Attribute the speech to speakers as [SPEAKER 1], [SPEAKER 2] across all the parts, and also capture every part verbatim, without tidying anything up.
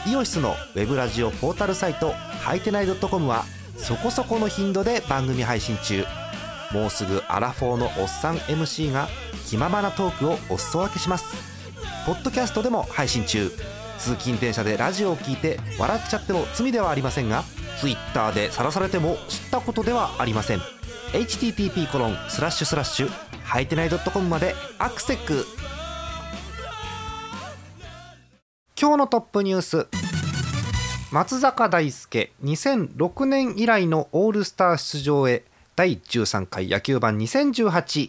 [SPEAKER 1] イオシスのウェブラジオポータルサイトはいてない .com はそこそこの頻度で番組配信中。もうすぐアラフォーのおっさん エムシー が気ままなトークをお裾分けします。ポッドキャストでも配信中。通勤電車でラジオを聞いて笑っちゃっても罪ではありませんが、 Twitter で晒されても知ったことではありません。 エイチティーティーピーコロンスラッシュスラッシュはいてない .com までアクセック。今日のトップニュース。松坂大輔にせんろくねん以来のオールスター出場へ、だいじゅうさんかい野球盤にせんじゅうはち。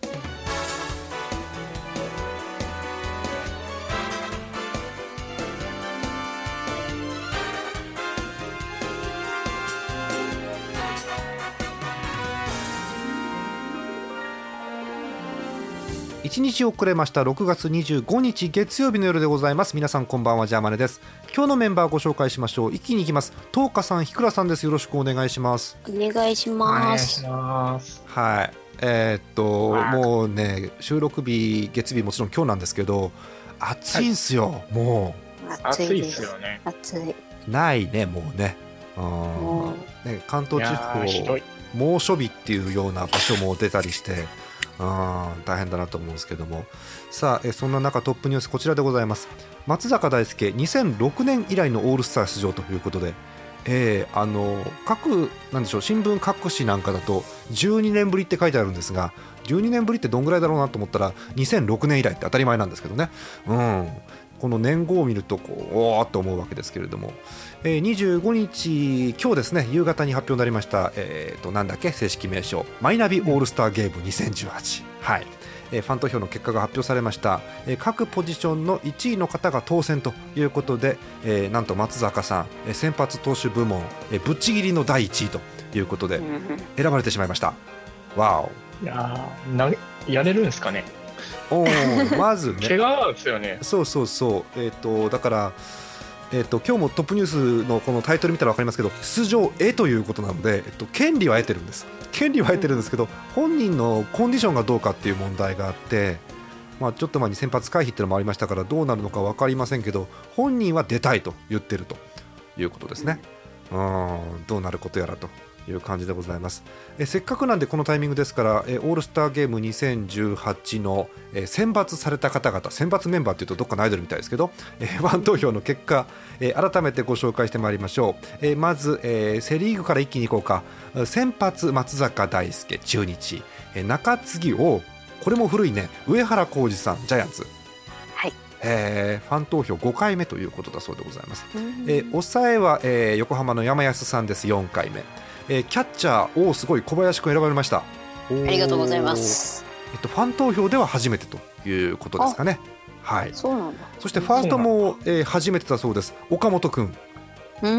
[SPEAKER 1] いちにち遅れましたろくがつにじゅうごにち月曜日の夜でございます。皆さんこんばんは、ジャーマネです。今日のメンバーご紹介しましょう。一気にいきます。東花さん、ひくらさんです。よろしくお願いします。
[SPEAKER 2] お願いします。
[SPEAKER 1] はい、えー、っともうね、収録日月日もちろん今日なんですけど、暑いんすよ、はい、も
[SPEAKER 2] う暑いですよね。暑い
[SPEAKER 1] ないね、もうね。あもうね、関東地方猛暑日っていうような場所も出たりしてあ大変だなと思うんですけども、さあえそんな中トップニュースこちらでございます。松坂大輔にせんろくねん以来のオールスター出場ということで、えー、あの各なんでしょう、新聞各紙なんかだとじゅうにねんぶりって書いてあるんですが、じゅうにねんぶりってどんぐらいだろうなと思ったらにせんろくねん以来って当たり前なんですけどね、うん、この年号を見るとこうおーっと思うわけですけれども、えー、にじゅうごにち今日ですね、夕方に発表になりました、えー、となんだっけ正式名称マイナビオールスターゲームにせんじゅうはち、はい、えー、ファン投票の結果が発表されました。えー、各ポジションのいちいの方が当選ということで、えー、なんと松坂さん、えー、先発投手部門、えー、ぶっちぎりのだいいちいということで選ばれてしまいました。わお、
[SPEAKER 3] いやなやれるんですかね。
[SPEAKER 1] おまずね
[SPEAKER 3] 怪我ですよね。
[SPEAKER 1] そうそうそう、えー、とだからえー、と今日もトップニュースのこのタイトル見たら分かりますけど、出場へということなので、えっと、権利は得てるんです権利は得てるんですけど、本人のコンディションがどうかっていう問題があって、まあ、ちょっと前に先発回避っていうのもありましたからどうなるのか分かりませんけど、本人は出たいと言ってるということですね。うん、どうなることやらという感じでございます。えせっかくなんでこのタイミングですから、えオールスターゲームにせんじゅうはちの、え選抜された方々、選抜メンバーというとどっかのアイドルみたいですけど、えファン投票の結果、え改めてご紹介してまいりましょう。えまず、えセリーグから一気にいこうか。先発松坂大輔中日、え中継ぎをこれも古いね、上原浩二さんジャイアンツ、
[SPEAKER 2] はい、
[SPEAKER 1] えー、ファン投票ごかいめということだそうでございます。えー、抑えは、えー、横浜の山安さんです。よんかいめ。えー、キャッチャー、おすごい小林君選ばれました。
[SPEAKER 2] ありがとうございます。
[SPEAKER 1] えっと、ファン投票では初めてということですかね。はい、
[SPEAKER 2] そうなんだ。
[SPEAKER 1] そしてファーストも、えー、初めてだそうです。岡本君、
[SPEAKER 2] うん、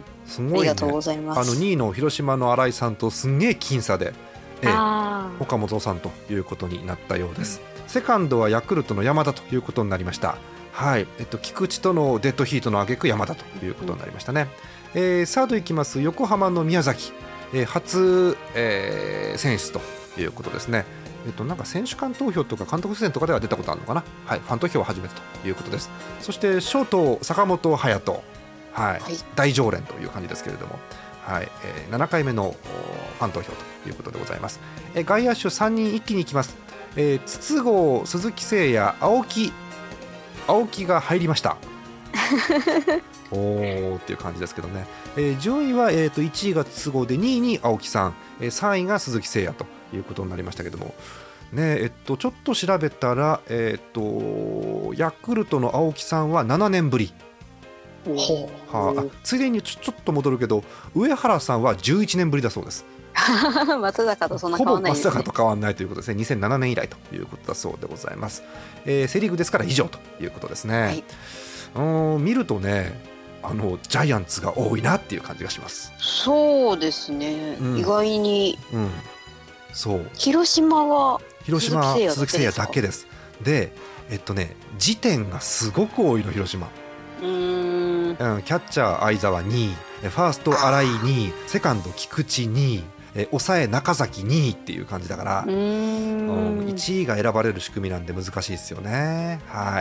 [SPEAKER 1] すごいね、
[SPEAKER 2] ありがとうございます。
[SPEAKER 1] あのにいの広島の新井さんとすんげえ僅差で、えー、岡本さんということになったようです。セカンドはヤクルトの山田ということになりました。はい、えっと、菊池とのデッドヒートの挙句山田ということになりましたね。うん、えー、サードいきます。横浜の宮崎、えー、初、えー、選出ということですね。えっと、なんか選手間投票とか監督推薦とかでは出たことあるのかな。はい、ファン投票は初めてということです。そしてショート坂本勇人、はい、はい、大常連という感じですけれども、はい、えー、ななかいめのファン投票ということでございます。えー、外野手さんにん一気にいきます。えー、筒香、鈴木誠也、青木青木が入りましたおーっていう感じですけどね。えー、順位は、えー、といちいが筒香でにいに青木さん、えー、さんいが鈴木誠也ということになりましたけどもね。えっと、ちょっと調べたら、えっと、ヤクルトの青木さんはななねんぶり、はあ、あついでにち ょ, ちょっと戻るけど上原さんはじゅういちねんぶりだそうです。
[SPEAKER 2] 松坂とそんな変わらないですね。
[SPEAKER 1] ほぼ松坂と変わらないということですね。にせんななねん以来ということだそうでございます。えー、セリーグですから以上ということですね。はい、うん見るとね、あのジャイアンツが多いなっていう感じがします。
[SPEAKER 2] そうですね、うん、意外に、うん、
[SPEAKER 1] そう
[SPEAKER 2] 広島は
[SPEAKER 1] 広島鈴木誠也だけです。で、えっとね時点がすごく多いの広島。うーん、うん、キャッチャー相澤にい、ファースト新井にい、セカンド菊池にい、え抑え中崎にいっていう感じだから、うーん、うん、いちいが選ばれる仕組みなんで難しいですよね。はい、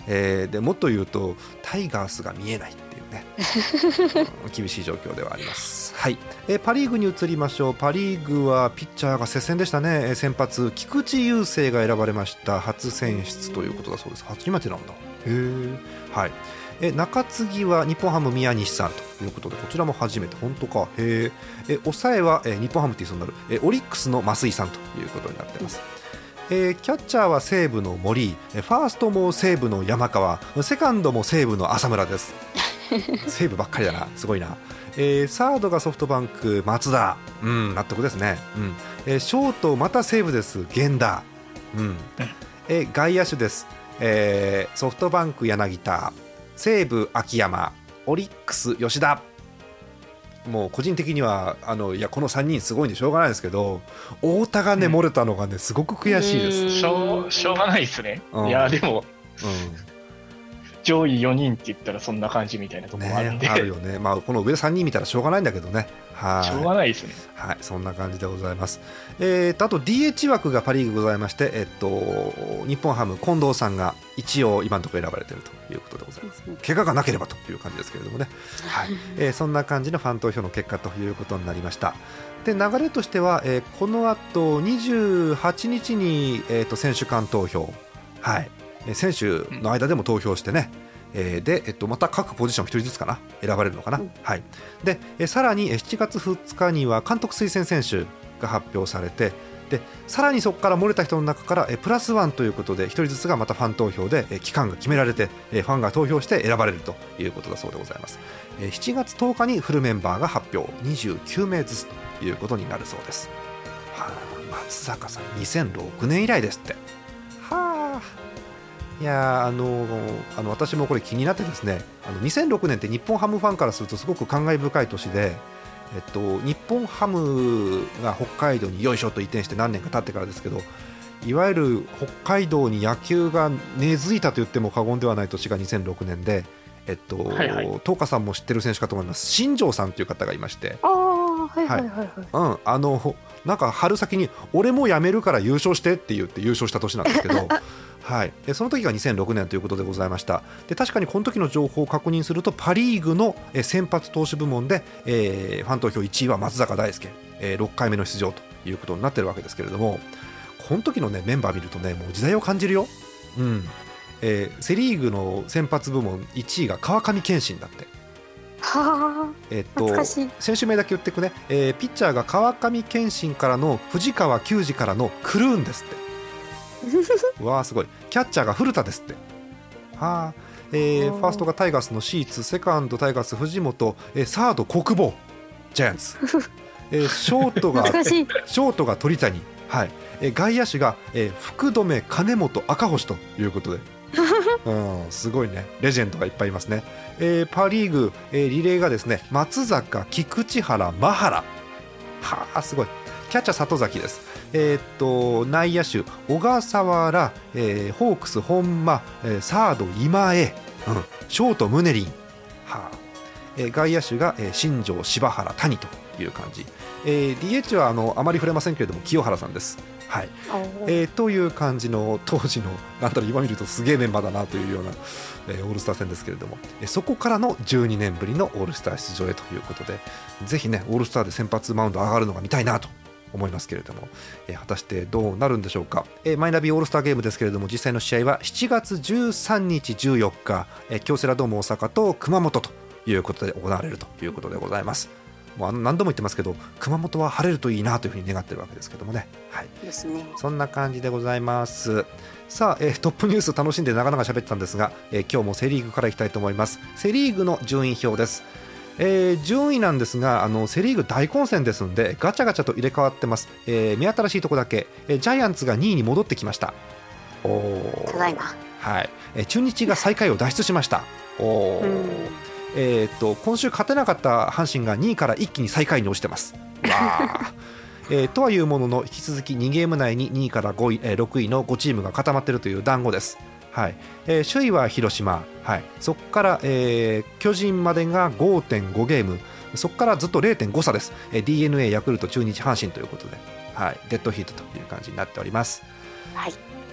[SPEAKER 1] えー、でもっと言うとタイガースが見えないっていうね厳しい状況ではあります、はい。えー、パリーグに移りましょう。パリーグはピッチャーが接戦でしたね。先発菊池雄星が選ばれました。初選出ということだそうです。初めてなんだ。へー、はい。え中継ぎは日本ハム宮西さんということで、こちらも初めて。本当か。へえ。抑えはえ日本ハムっていうそうになるえオリックスの増井さんということになっています。えー、キャッチャーは西武の森、ファーストも西武の山川、セカンドも西武の浅村です。西武ばっかりだな、すごいな。えー、サードがソフトバンク松田、うん、納得ですね、うんえー、ショートまた西武です源田、うんえー、外野手です、えー、ソフトバンク柳田、西武秋山、オリックス吉田。もう個人的にはあのいやこのさんにんすごいんでしょうがないですけど、太田がね、うん、漏れたのがねすごく悔しいです。
[SPEAKER 3] しょう、しょうがないですね、うん、いやでも、うん、上位よにんって言ったらそんな感じみたいなところもあるんで、
[SPEAKER 1] ね、あるよね。まあ、この上さんにん見たらしょうがないんだけどね。はい、
[SPEAKER 3] しょうがないですね。
[SPEAKER 1] はい、そんな感じでございます。えー、とあと ディーエイチ 枠がパ・リーグございまして、えっと、日本ハム近藤さんが一応今のところ選ばれているということでございます。怪我がなければという感じですけれどもね、はいえー、そんな感じのファン投票の結果ということになりました。で流れとしては、えー、この後にじゅうはちにちに、えー、と選手間投票、はい、選手の間でも投票してね、えー、で、えっと、また各ポジションひとりずつかな選ばれるのかな、うんはい、でえさらにしちがつふつかには監督推薦選手が発表されて、でさらにそこから漏れた人の中からえプラスワンということでひとりずつがまたファン投票でえ期間が決められてえファンが投票して選ばれるということだそうでございます。えしちがつとおかにフルメンバーが発表、にじゅうきゅうめいずつということになるそうです。はあ、松坂さんにせんろくねん以来ですって。はあ、いやあのあの私もこれ気になってですね、あのにせんろくねんって日本ハムファンからするとすごく感慨深い年で、えっと、日本ハムが北海道によいしょと移転して何年か経ってからですけど、いわゆる北海道に野球が根付いたと言っても過言ではない年がにせんろくねんで、えっとはいはい、東花さんも知ってる選手かと思います。新庄さんという方がいまして、
[SPEAKER 2] あはいはいはいはい、
[SPEAKER 1] うん、あのなんか春先に俺も辞めるから優勝してって言って優勝した年なんですけどはい、でその時がにせんろくねんということでございました。で確かにこの時の情報を確認するとパ・リーグの先発投手部門で、えー、ファン投票いちいは松坂大輔、えー、ろっかいめの出場ということになっているわけですけれども、この時の、ね、メンバー見るとねもう時代を感じるよ、うんえー、セ・リーグの先発部門いちいが川上憲伸だって。
[SPEAKER 2] はえっと、
[SPEAKER 1] 選手名だけ言っていくね、えー、ピッチャーが川上憲伸からの藤川球児からのクルーンですって。うわーすごい。キャッチャーが古田ですって。はあ、えー、ファーストがタイガースのシーツ、セカンドタイガース藤本、えー、サード国防ジャイアンツ、えー、ショートがショートが鳥谷、はいえー、外野手が、えー、福留金本赤星ということで、うん、すごいね、レジェンドがいっぱいいますね。えー、パ・リーグ、えー、リレーがですね松坂、菊池原、マハラ、はあすごい。キャッチャー里崎です。えー、っと内野手小笠原、えー、ホークス本間、えー、サード今江、うん、ショートムネリン、はあえー、外野手が、えー、新庄柴原谷という感じ、えー、ディーエイチ はあのあまり触れませんけれども清原さんです、はいえー、という感じの当時のなんだろう今見るとすげえメンバーだなというような、えー、オールスター戦ですけれども、えー、そこからのじゅうにねんぶりのオールスター出場へということで、ぜひねオールスターで先発マウンド上がるのが見たいなと思いますけれども、えー、果たしてどうなるんでしょうか。えー、マイナビオールスターゲームですけれども、実際の試合はしちがつじゅうさんにちじゅうよっか、えー、京セラドーム大阪と熊本ということで行われるということでございます。もう何度も言ってますけど熊本は晴れるといいなというふうに願っているわけですけどもね、はい
[SPEAKER 2] ですね、
[SPEAKER 1] そんな感じでございます。さあ、えー、トップニュース楽しんで長々喋ってたんですが、えー、今日もセリーグからいきたいと思います。セリーグの順位表です。えー、順位なんですが、あのセリーグ大混戦ですのでガチャガチャと入れ替わってます。えー、目新しいとこだけ、えー、ジャイアンツがにいに戻ってきました。お
[SPEAKER 2] ただいま、
[SPEAKER 1] はいえー、中日が最下位を脱出しました。おえー、と今週勝てなかった阪神がにいから一気に最下位に落ちてます。わえー、とはいうものの引き続きにゲーム内ににいからごい、えー、ろくいのごチームが固まっているという団子です。はいえー、首位は広島、はい、そこから、えー、巨人までが ごてんご ゲーム、そこからずっと れいてんご 差です。えー、ディーエヌエー、ヤクルト、中日、阪神ということで、はい、デッドヒートという感じになっております。
[SPEAKER 2] はい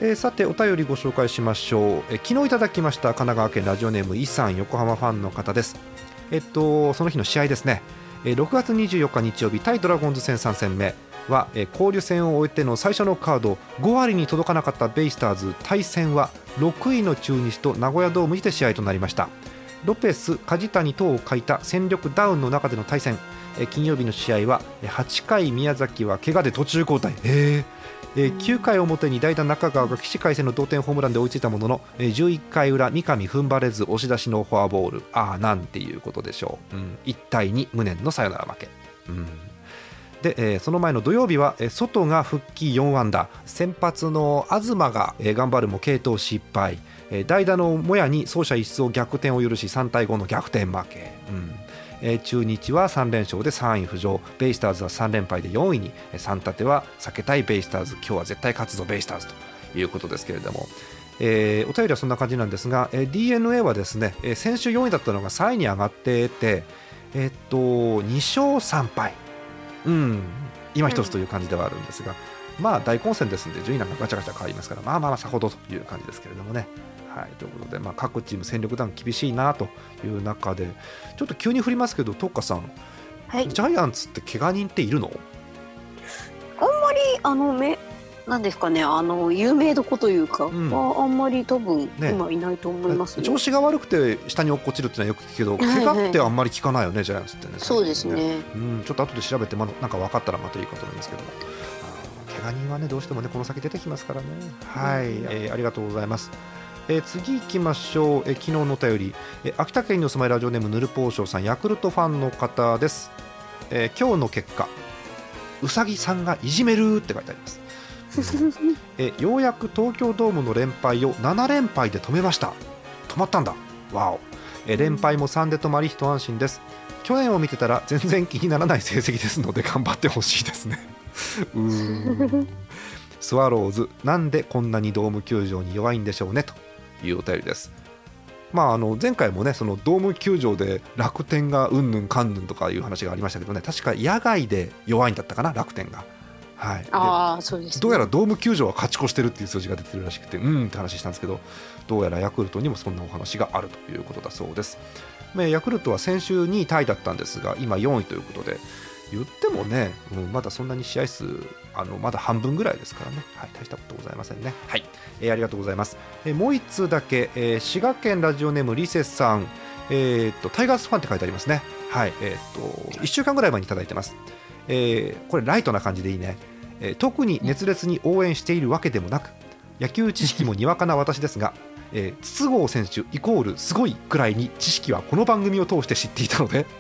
[SPEAKER 1] えー、さてお便りご紹介しましょう。えー、昨日いただきました神奈川県ラジオネームイさん、横浜ファンの方です。えっとその日の試合ですね、えー、ろくがつにじゅうよっか日曜日対ドラゴンズ戦さん戦目は、えー、交流戦を終えての最初のカードご割に届かなかったベイスターズ対戦はろくいの中日と名古屋ドームにて試合となりました。ロペス、梶谷等を欠いた戦力ダウンの中での対戦、えー、金曜日の試合ははちかい宮崎は怪我で途中交代、へーえー、きゅうかい表に代打中川が起死回生の同点ホームランで追いついたものの、えー、じゅういっかい裏三上踏ん張れず押し出しのフォアボール、ああなんていうことでしょう、うん、いちたいに無念のサヨナラ負け、うんでえー、その前の土曜日は、えー、外が復帰よん安打、先発の東が、えー、頑張るも継投失敗、えー、代打のモヤに走者一掃逆転を許しさんたいごの逆転負け、うんえー、中日はさん連勝でさんい浮上、ベイスターズはさん連敗でよんいに、さん立ては避けたいベイスターズ、今日は絶対勝つぞベイスターズということですけれども、えー、お便りはそんな感じなんですが、えー、ディーエヌエー はですね、えー、先週よんいだったのがさんいに上がってて、えー、っとに勝さん敗、うん今一つという感じではあるんですが、うん、まあ大混戦ですので順位なんかガチャガチャ変わりますから、まあまあさほどという感じですけれどもね。はい、ということで、まあ、各チーム戦力ダウン厳しいなという中で、ちょっと急に振りますけど、トッカさん、はい、ジャイアンツって怪我人っているの？
[SPEAKER 2] あんまりあのめなんですかね、あの有名どこというか、うん、あ, あんまり多分今いないと思いますね。
[SPEAKER 1] 調子が悪くて下に落っこちるってのはよく聞くけど、怪我ってあんまり聞かないよね、はいはい、ジャイアンツってね。
[SPEAKER 2] そうですね、
[SPEAKER 1] うん、ちょっと後で調べて、ま、なんか分かったらまたいいかと思いますけども、怪我人はねどうしてもねこの先出てきますからね。はい、うんえー、ありがとうございます。えー、次行きましょう。えー、昨日のお便り、えー、秋田県にお住まいラジオネームヌルポーショーさん、ヤクルトファンの方です。えー、今日の結果、うさぎさんがいじめるって書いてあります。えー、ようやく東京ドームの連敗をなな連敗で止めました。止まったんだ、わお。えー、連敗もさんで止まり一安心です。去年を見てたら全然気にならない成績ですので頑張ってほしいですね。うーんスワローズなんでこんなにドーム球場に弱いんでしょうねというお便りです。まあ、あの前回もねそのドーム球場で楽天がうんぬんかんぬんとかいう話がありましたけどね、確か野外で弱いんだったかな、楽天が。はい、
[SPEAKER 2] ああそうですね、
[SPEAKER 1] どうやらドーム球場は勝ち越してるっていう数字が出てるらしくて、うんって話したんですけど、どうやらヤクルトにもそんなお話があるということだそうです。ヤクルトは先週にいタイだったんですが今よんいということで、言ってもね、うん、まだそんなに試合数あのまだ半分ぐらいですからね、はい、大したことございませんね。はい、えー、ありがとうございます。えー、もう一通だけ、えー、滋賀県ラジオネームリセさん、えー、っとタイガースファンって書いてありますね。はい、えー、っといっしゅうかんぐらい前にいただいてます。えー、これライトな感じでいいね。えー、特に熱烈に応援しているわけでもなく、野球知識もにわかな私ですが、えー、筒香選手イコールすごいくらいに知識はこの番組を通して知っていたので、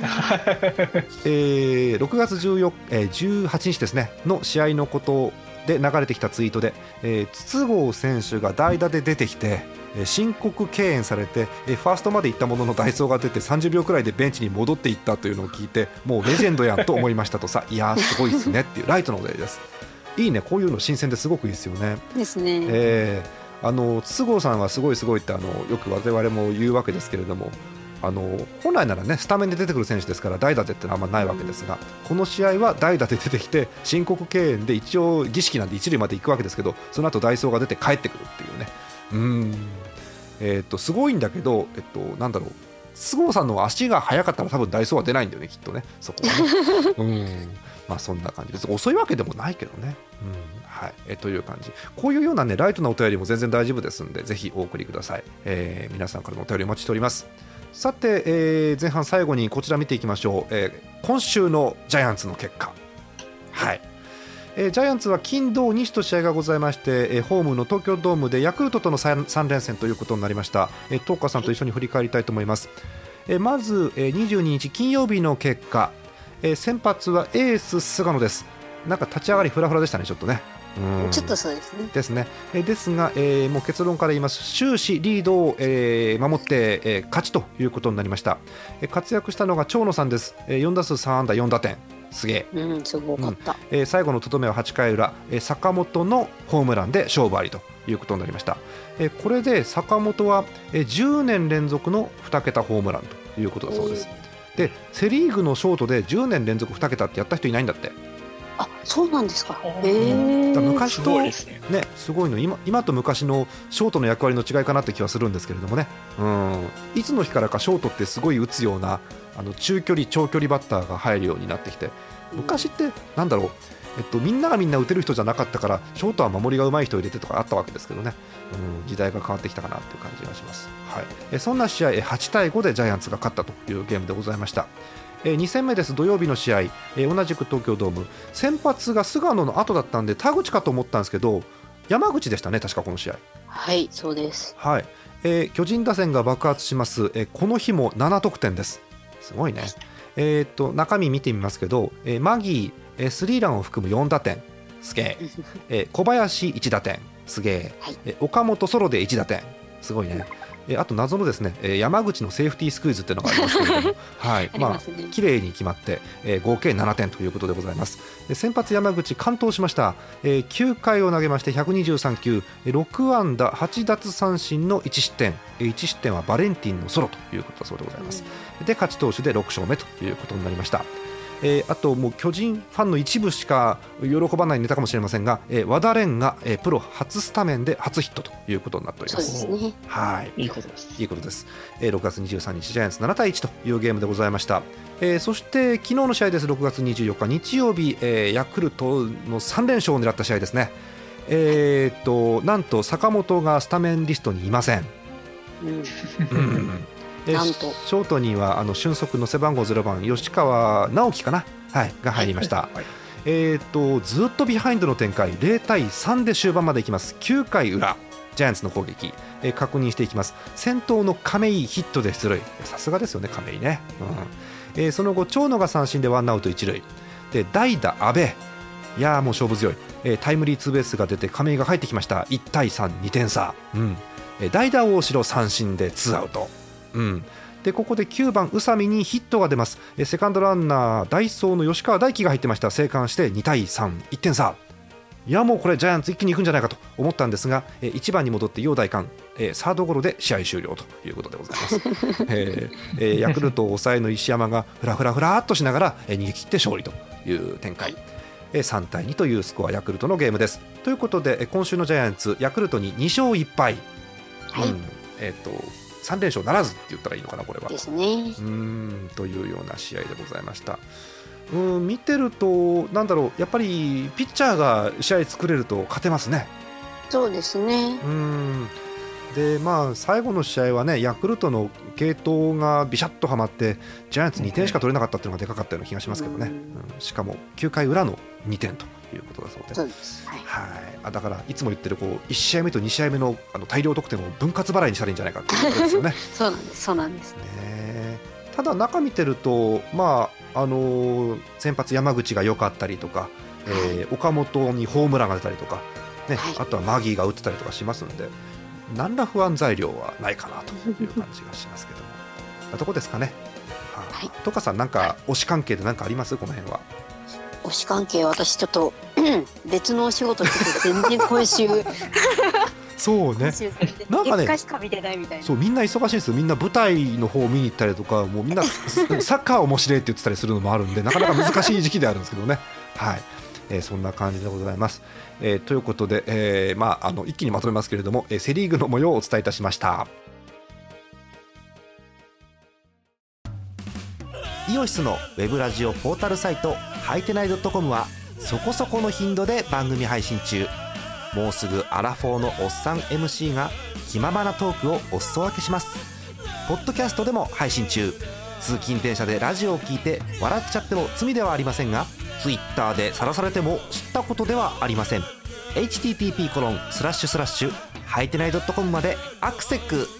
[SPEAKER 1] えー、ろくがつじゅうよっか、えー、じゅうはちにちですねの試合のことで流れてきたツイートで、えー、筒香選手が代打で出てきて、えー、申告敬遠されて、えー、ファーストまで行ったものの代走が出てさんじゅうびょうくらいでベンチに戻っていったというのを聞いて、もうレジェンドやんと思いましたとさいやーすごいですねっていうライトのお題です。いいね、こういうの新鮮ですごくいいですよね。
[SPEAKER 2] ですね、
[SPEAKER 1] えー、あの筒香さんはすごいすごいってあのよく我々も言うわけですけれども、あの本来ならねスタメンで出てくる選手ですから代打でってのはあんまないわけですが、うん、この試合は代打で出てきて申告敬遠で一応儀式なんで一塁まで行くわけですけど、その後代走が出て帰ってくるっていうね、うーん、えー、っとすごいんだけど、えっとなんだろう、筒香さんの足が速かったら多分代走は出ないんだよねきっとね、そこはね。うんまあそんな感じです。遅いわけでもないけどね、うんはい、えという感じ。こういうようなねライトなお便りも全然大丈夫ですんでぜひお送りください。えー、皆さんからのお便りお待ちしております。さて、えー、前半最後にこちら見ていきましょう。えー、今週のジャイアンツの結果、はいえー、ジャイアンツは金土日と試合がございまして、えー、ホームの東京ドームでヤクルトとのさん連戦ということになりました。えー、東川さんと一緒に振り返りたいと思います。えー、まず、えー、にじゅうににち金曜日の結果、えー、先発はエース菅野です。なんか立ち上がりフラフラでしたねちょっとね。
[SPEAKER 2] うんちょっとそうですね。
[SPEAKER 1] ですね。えー、ですが、えー、もう結論から言います。終始リードを、えー、守って、えー、勝ちということになりました。えー、活躍したのが長野さんです。えー、よん打数さん安打よん打点、すげえ、
[SPEAKER 2] うん、すごかった。
[SPEAKER 1] うんえー、最後のとどめははちかい裏、えー、坂本のホームランで勝負ありということになりました。えー、これで坂本は、えー、じゅうねん連続のに桁ホームランということだそうです。でセリーグのショートでじゅうねん連続に桁ってやった人いないんだって。
[SPEAKER 2] あ、そうなんですか。へえ。
[SPEAKER 1] 昔とね、
[SPEAKER 3] す
[SPEAKER 1] ね、すごいの 今, 今と昔のショートの役割の違いかなって気はするんですけれどもね、うん、いつの日からかショートってすごい打つようなあの中距離長距離バッターが入るようになってきて、昔ってなんだろう、えっと、みんながみんな打てる人じゃなかったからショートは守りが上手い人を入れてとかあったわけですけどね、うん、時代が変わってきたかなっていう感じがします、はい、えそんな試合はちたいごでジャイアンツが勝ったというゲームでございました。えー、に戦目です。土曜日の試合、えー、同じく東京ドーム、先発が菅野の後だったんで田口かと思ったんですけど山口でしたね、確かこの試合。
[SPEAKER 2] はい、そうです、
[SPEAKER 1] はい。えー、巨人打線が爆発します、えー、この日もななとくてんです。すごいね。えー、っと中身見てみますけど、えー、マギー、えー、スリーランを含むよんだてん、すげえ、えー、小林いちだてん、すげえ、はい、えー、岡本ソロでいちだてん、すごいね。えー、あと謎のですね、えー、山口のセーフティースクイズっていうのがありますけれどもはい、まあ綺麗に決まって、えー、合計ななてんということでございます。先発山口完投しました、えー、きゅうかいを投げましてひゃくにじゅうさんきゅう、ろくあんだはちだつさんしんのいちしってん、いちしってんはバレンティンのソロということだそうでございます。で勝ち投手でろくしょうめということになりました。えー、あともう巨人ファンの一部しか喜ばないネタかもしれませんが、えー、和田蓮が、えー、プロ初スタメンで初ヒットということになっております。
[SPEAKER 2] そうですね。
[SPEAKER 1] は
[SPEAKER 3] い、いいことです。
[SPEAKER 1] いいことです。えー、ろくがつにじゅうさんにちジャイアンツななたいいちというゲームでございました。えー、そして昨日の試合です。ろくがつにじゅうよっか日曜日、えー、ヤクルトのさんれんしょうを狙った試合ですね。えー、っとなんと坂本がスタメンリストにいません。うんうん
[SPEAKER 2] なんと
[SPEAKER 1] ショートにはあの俊足の背番号ゼロばん吉川直樹かな、はい、が入りました、はいはい。えー、とずっとビハインドの展開ぜろたいさんで終盤までいきます。きゅうかい裏ジャイアンツの攻撃、えー、確認していきます。先頭の亀井ヒットで出塁、さすがですよね亀井ね、うん。えー、その後長野が三振でワンアウト一塁で代打阿部、いやーもう勝負強い、えー、タイムリーツーベースが出て亀井が入ってきました。いったいさん、にてんさ、うん。えー、代打大城三振でツーアウト、うん。でここできゅうばん宇佐美にヒットが出ます。えセカンドランナーダイソーの吉川大輝が入ってました。生還してにたいさん、いってんさ。いやもうこれジャイアンツ一気に行くんじゃないかと思ったんですが、えいちばんに戻って陽大館、えサードゴロで試合終了ということでございます。えーえー、ヤクルトを抑えの石山がフラフラフラっとしながら、え逃げ切って勝利という展開、えさんたいにというスコアヤクルトのゲームです。ということで今週のジャイアンツヤクルトににしょういっぱい、はい、うん、えっ、ー、とさんれんしょうならずって言ったらいいのかなこれは
[SPEAKER 2] ですね。
[SPEAKER 1] うーんというような試合でございました。うーん見てるとなんだろう、やっぱりピッチャーが試合作れると勝てますね。
[SPEAKER 2] そうですね。
[SPEAKER 1] うーんでまあ最後の試合はねヤクルトの継投がビシャッとはまってジャイアンツにてんしか取れなかったっていうのがでかかったような気がしますけどね、うんうん、しかもきゅうかい裏のにてんということだそうで、
[SPEAKER 2] そうです、はい
[SPEAKER 1] はい、あだからいつも言ってるこういち試合目とに試合目 の, あの大量得点を分割払いにしたらいいんじゃないかっていうことですよね。
[SPEAKER 2] そうなんですそうなんです、
[SPEAKER 1] ね。ただ中見てると、まああのー、先発山口が良かったりとか、えー、岡本にホームランが出たりとか、ね、はい、あとはマギーが打ってたりとかしますので何ら不安材料はないかなという感じがしますけどもどこですかね。はい、トカさんなんか推し関係で何かあります？この辺は。
[SPEAKER 2] 推し関係私ちょっと別のお仕事してて全然今週
[SPEAKER 1] そうね、
[SPEAKER 2] なんかね、結果しか見てないみたいな。
[SPEAKER 1] そうみんな忙しいんですよ。みんな舞台の方を見に行ったりとか、もうみんなサッカー面白いって言ってたりするのもあるんでなかなか難しい時期であるんですけどね。はい、えー、そんな感じでございます。えー、ということで、えーまあ、あの一気にまとめますけれども、えー、セリーグの模様をお伝えいたしました。イオシスのウェブラジオポータルサイトハイテナイ .com はそこそこの頻度で番組配信中。もうすぐアラフォーのおっさん エムシー が気ままなトークをお裾分けします。ポッドキャストでも配信中。通勤電車でラジオを聞いて笑っちゃっても罪ではありませんが、ツイッターで晒されても知ったことではありません。 エイチティーティーピーコロンスラッシュスラッシュハイテナイ .com までアクセック。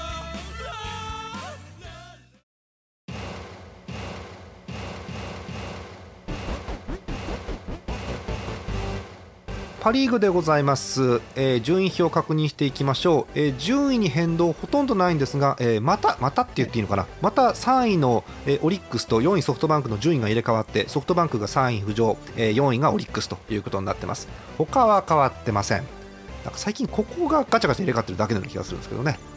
[SPEAKER 1] パリーグでございます。えー、順位表を確認していきましょう。えー、順位に変動ほとんどないんですが、えー、またまたって言っていいのかな、またさんいの、えー、オリックスとよんいソフトバンクの順位が入れ替わって、ソフトバンクがさんい浮上、えー、よんいがオリックスということになってます。他は変わってません。なんか最近ここがガチャガチャ入れ替わってるだけのような気がするんですけどね。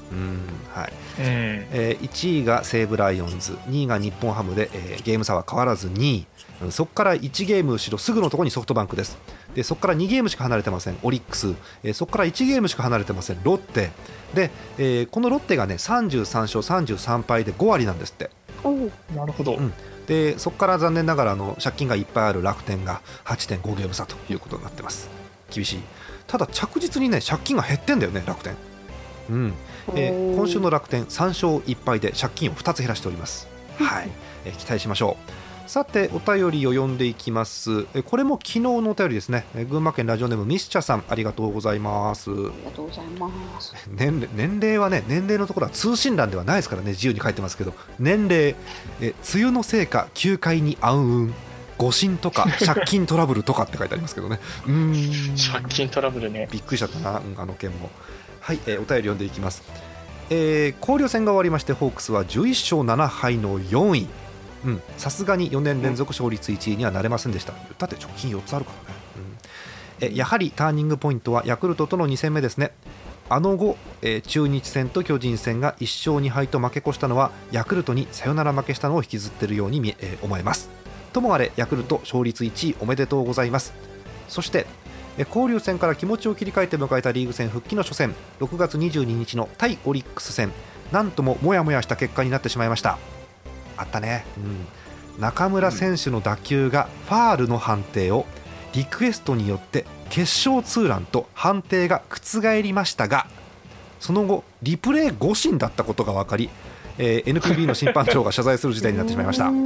[SPEAKER 1] うんはい、
[SPEAKER 3] うん
[SPEAKER 1] えー、いちいが西武ライオンズ、にいが日本ハムで、えー、ゲーム差は変わらずにい、そこからいちゲーム後ろすぐのところにソフトバンクです。でそこからにゲームしか離れてませんオリックス、えー、そこからいちゲームしか離れてませんロッテで、えー、このロッテがねさんじゅうさんしょうさんじゅうさんぱいでごわりなんですって。
[SPEAKER 3] おなるほど、
[SPEAKER 1] うん、でそこから残念ながらあの借金がいっぱいある楽天が はちてんご ゲーム差ということになってます。厳しい。ただ着実にね借金が減ってんだよね楽天、うんえー、今週の楽天さんしょういっぱいで借金をふたつ減らしております、はいえー、期待しましょう。さてお便りを読んでいきます。これも昨日のお便りですね。群馬県ラジオネームミスチャさん、ありがとうございます。あり
[SPEAKER 2] がとうございます。
[SPEAKER 1] 年, 年齢はね年齢のところは通信欄ではないですからね、自由に書いてますけど、年齢え梅雨のせいかきゅうかいに暗雲、誤診とか借金トラブルとかって書いてありますけどね。うーん
[SPEAKER 3] 借金トラブルね、
[SPEAKER 1] びっくりしちゃったな、うん、あの件も。はい、えー、お便り読んでいきます。えー、交流戦が終わりましてホークスはじゅういっしょうななはいのよんい、さすがによねん連続勝率いちいにはなれませんでした。だって貯金よっつあるからね、うん、えやはりターニングポイントはヤクルトとのに戦目ですね。あの後、えー、中日戦と巨人戦がいっしょうにはいと負け越したのはヤクルトにサヨナラ負けしたのを引きずっているように、えー、思えます。ともあれヤクルト勝率いちいおめでとうございます。そしてえ交流戦から気持ちを切り替えて迎えたリーグ戦復帰の初戦、ろくがつにじゅうににちの対オリックス戦、なんともモヤモヤした結果になってしまいました。あったね、うん、中村選手の打球がファールの判定をリクエストによって決勝ツーランと判定が覆りましたが、その後リプレイ誤審だったことが分かり、えー、エヌピービー の審判長が謝罪する事態になってしまいました、うん、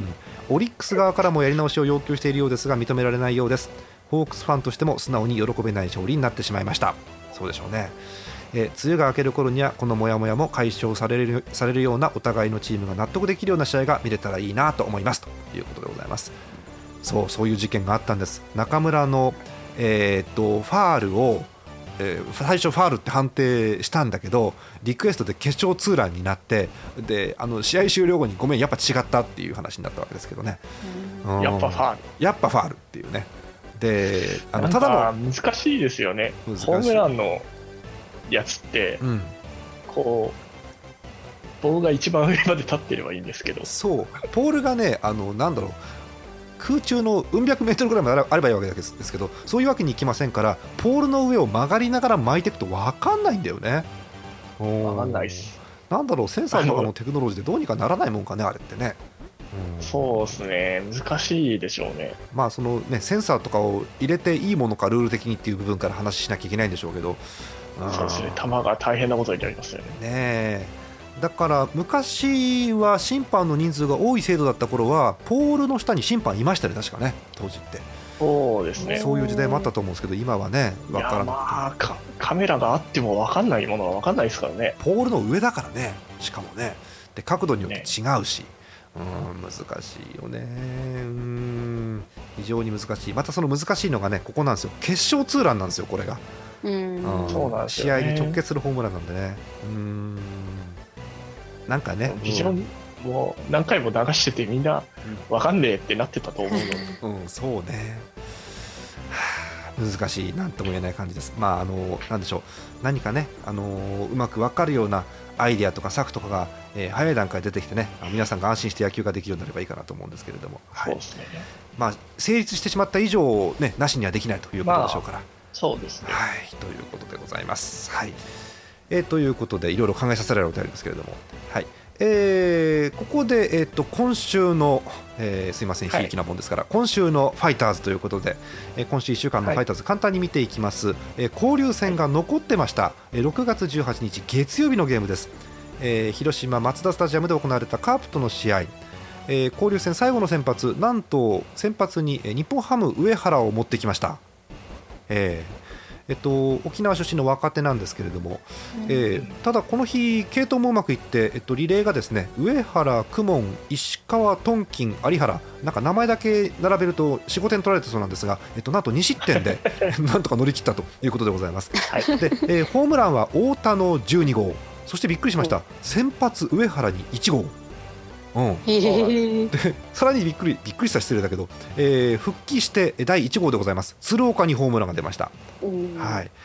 [SPEAKER 1] オリックス側からもやり直しを要求しているようですが認められないようです。ホークスファンとしても素直に喜べない勝利になってしまいました。そうでしょうね。えー、梅雨が明ける頃にはこのモヤモヤも解消される、されるようなお互いのチームが納得できるような試合が見れたらいいなと思いますということでございます。そうそういう事件があったんです。中村の、えー、っとファールを、えー、最初ファールって判定したんだけどリクエストで決勝ツーランになって、であの試合終了後にごめんやっぱ違ったっていう話になったわけですけどね、
[SPEAKER 3] うん、やっぱファール
[SPEAKER 1] やっぱファールっていうね。であの
[SPEAKER 3] ただの難しいですよね。ホームランのやつって、うん、こう棒が一番上まで立ってればいいんですけど、
[SPEAKER 1] そうポールがねあのなんだろう空中のうん百メートルぐらいまであればいいわけですけど、そういうわけにいきませんからポールの上を曲がりながら巻いていくと分かんないんだよね。
[SPEAKER 3] 分かんないっす。
[SPEAKER 1] なんだろうセンサーとかのテクノロジーでどうにかならないもんかねあれってね。
[SPEAKER 3] うん、そうですね難しいでしょうね。
[SPEAKER 1] まあそのねセンサーとかを入れていいものかルール的にっていう部分から話しなきゃいけないんでしょうけど、
[SPEAKER 3] そうですね球が大変なことになりますよね。
[SPEAKER 1] ねえだから昔は審判の人数が多い制度だった頃はポールの下に審判いましたね確かね当時って。
[SPEAKER 3] そうですね
[SPEAKER 1] そういう時代もあったと思うんですけど今はね分からなくて、
[SPEAKER 3] まあ、カ, カメラがあっても分かんないものは分かんないですからね。
[SPEAKER 1] ポールの上だからねしかもねで角度によって違うし、ねうん難しいよね。うん非常に難しい。またその難しいのがねここなんですよ。決勝ツーランなんですよこれが。
[SPEAKER 2] うん
[SPEAKER 3] そうなんですよね。
[SPEAKER 1] 試合に直結するホームランなんでね。うんなんかね
[SPEAKER 3] 非常にもう何回も流しててみんな分かんねえってなってたと思うの
[SPEAKER 1] うんそうね、はあ、難しいなんとも言えない感じです。まああのなんでしょう何かねあのうまく分かるようなアイデアとか策とかが、えー、早い段階で出てきてね皆さんが安心して野球ができるようになればいいかなと思うんですけれども、はい、
[SPEAKER 3] そうですね。
[SPEAKER 1] まあ成立してしまった以上、ね、なしにはできないということでしょうから、まあ、
[SPEAKER 3] そうですね、
[SPEAKER 1] はい、ということでございます、はいえー、ということでいろいろ考えさせられるお便りですけれども、はいえー、ここで、えー、と今週の、えー、すいませんひいきなもんですから、はい、今週のファイターズということで、えー、今週いっしゅうかんのファイターズ、はい、簡単に見ていきます、えー、交流戦が残ってました、えー、ろくがつじゅうはちにち月曜日のゲームです、えー、広島マツダスタジアムで行われたカープとの試合、えー、交流戦最後の先発なんと先発に、えー、日本ハム上原を持ってきました、えーえっと、沖縄出身の若手なんですけれども、えー、ただこの日継投もうまくいって、えっと、リレーがですね上原、公文、石川、トンキン、有原なんか名前だけ並べると よん,ご 点取られてそうなんですが、えっと、なんとにしってんでなんとか乗り切ったということでございます、はい、で、えー、ホームランは太田のじゅうにごう、そしてびっくりしました先発上原にいちごう、うん、でさらにびっくりびっくりした失礼だけど、えー、復帰してだいいちごうでございます。鶴岡にホームランが出ました、はい、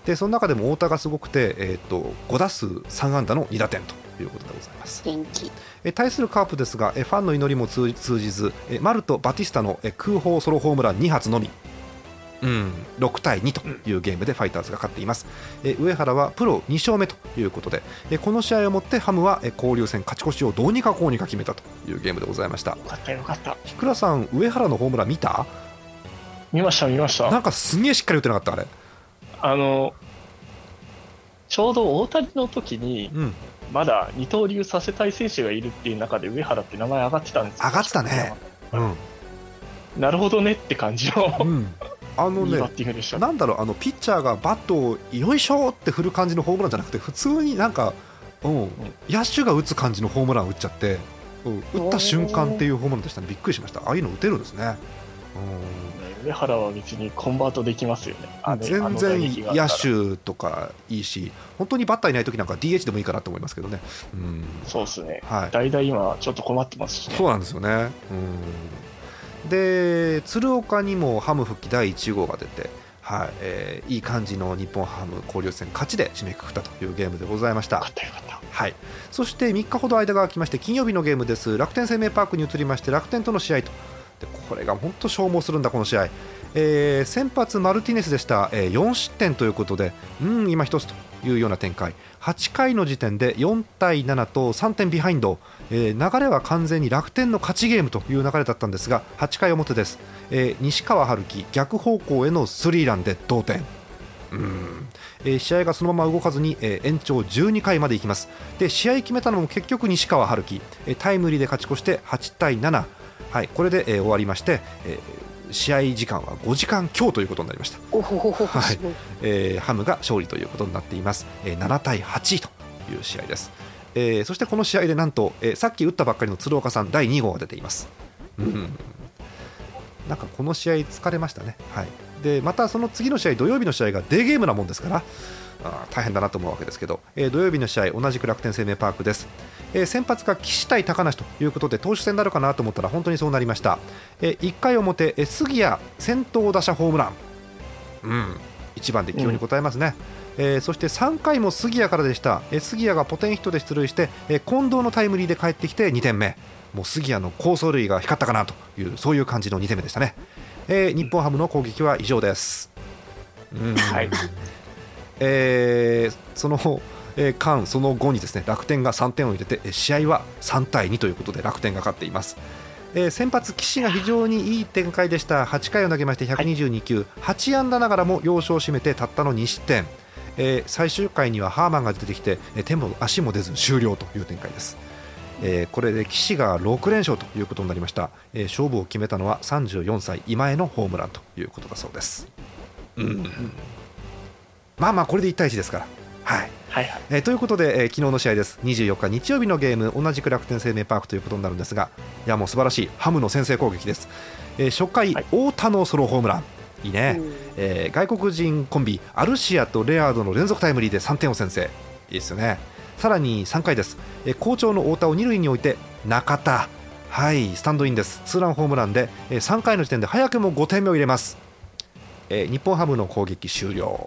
[SPEAKER 1] でその中でも太田がすごくて、えー、とご打数さん安打のに打点ということでございます。
[SPEAKER 2] 元気。
[SPEAKER 1] え対するカープですが、えファンの祈りも通じず、えマルト・バティスタのえ空砲ソロホームランに発のみ、うん、ろくたいにというゲームでファイターズが勝っています。え上原はプロに勝目ということで、えこの試合をもってハムはえ交流戦勝ち越しをどうにかこうにか決めたというゲームでございました。よ
[SPEAKER 3] かったよかった。
[SPEAKER 1] ひくらさん、上原のホームラン見た？
[SPEAKER 3] 見ました見ました。
[SPEAKER 1] なんかすげえしっかり打ってなかった？あれ
[SPEAKER 3] あのちょうど大谷の時に、うん、まだ二刀流させたい選手がいるっていう中で上原って名前上がってたんですよ。
[SPEAKER 1] 上がってたね、うん、
[SPEAKER 3] なるほどねって感じの、うん、
[SPEAKER 1] あのね、
[SPEAKER 3] いいバッティングでした。
[SPEAKER 1] なんだろう、あのピッチャーがバットをよいしょって振る感じのホームランじゃなくて、普通になんか、うん、野手が打つ感じのホームランを打っちゃって、うん、打った瞬間っていうホームランでしたね。びっくりしました。ああいうの打てるんですね。
[SPEAKER 3] うん、上原は別にコンバートできますよね。あ
[SPEAKER 1] 全然野手とかいいし、本当にバッターいない時なんか ディーエイチ でもいいかなと思いますけどね。うん、
[SPEAKER 3] そうですね、
[SPEAKER 1] はい、
[SPEAKER 3] 代々今ちょっと困ってますしね。
[SPEAKER 1] そうなんですよね。うんで鶴岡にもハム復帰だいいち号が出て、はいえー、いい感じの日本ハム交流戦勝ちで締めくくったというゲームでございました。
[SPEAKER 3] よかったよかった。
[SPEAKER 1] はい、そしてみっかほど間が空きまして金曜日のゲームです。楽天生命パークに移りまして楽天との試合と、でこれが本当消耗するんだこの試合、えー、先発マルティネスでした、えー、よん失点ということで、うん今一つというような展開。はちかいの時点でよんたいななとさんてんビハインド、えー、流れは完全に楽天の勝ちゲームという流れだったんですが、はちかい表です、えー、西川遥輝逆方向へのスリーランで同点。うん、えー、試合がそのまま動かずに、えー、延長じゅうにかいまでいきます。で試合決めたのも結局西川遥輝、えー、タイムリーで勝ち越してはちたいなな、はい、これで、えー、終わりまして、えー試合時間はごじかん強ということになりました。はいえー、ハムが勝利ということになっています。えー、ななたいはちという試合です。えー、そしてこの試合でなんと、えー、さっき打ったばっかりの鶴岡さんだいに号が出ています。うん、なんかこの試合疲れましたね。はい、でまたその次の試合土曜日の試合がデーゲームなもんですからあ大変だなと思うわけですけど、えー、土曜日の試合同じく楽天生命パークです。えー、先発が岸対高梨ということで投手戦になるかなと思ったら本当にそうなりました。えー、いっかい表、えー、杉谷先頭打者ホームラン、うん、いちばんで起用に応えますね。うんえー、そしてさんかいも杉谷からでした。えー、杉谷がポテンヒットで出塁して、えー、近藤のタイムリーで帰ってきてにてんめ、もう杉谷の好走塁が光ったかなというそういう感じのにてんめでしたね。えー、日本ハムの攻撃は以上です。うんはいえー、そのえー、間その後にですね楽天がさんてんを入れて試合はさんたいにということで楽天が勝っています。えー、先発岸が非常にいい展開でした。はちかいを投げましてひゃくにじゅうに球、はい、はち安打ながらも要所を締めてたったのに失点、えー、最終回にはハーマンが出てきて手も足も出ず終了という展開です。えー、これで岸がろくれん勝ということになりました。えー、勝負を決めたのはさんじゅうよんさい今江のホームランということだそうです。うん、まあまあこれでいちたいいちですから。はい
[SPEAKER 3] はいはい
[SPEAKER 1] えー、ということで、えー、昨日の試合です。にじゅうよっか日曜日のゲーム同じく楽天生命パークということになるんですが、いやもう素晴らしいハムの先制攻撃です。えー、初回、はい、太田のソロホームランいいね、えー、外国人コンビアルシアとレアードの連続タイムリーでさんてんを先制、いいですよね。さらにさんかいです。えー、好調の太田をに塁に置いて中田、はいスタンドインです。ツーランホームランで、えー、さんかいの時点で早くもごてんめを入れます。えー、日本ハムの攻撃終了。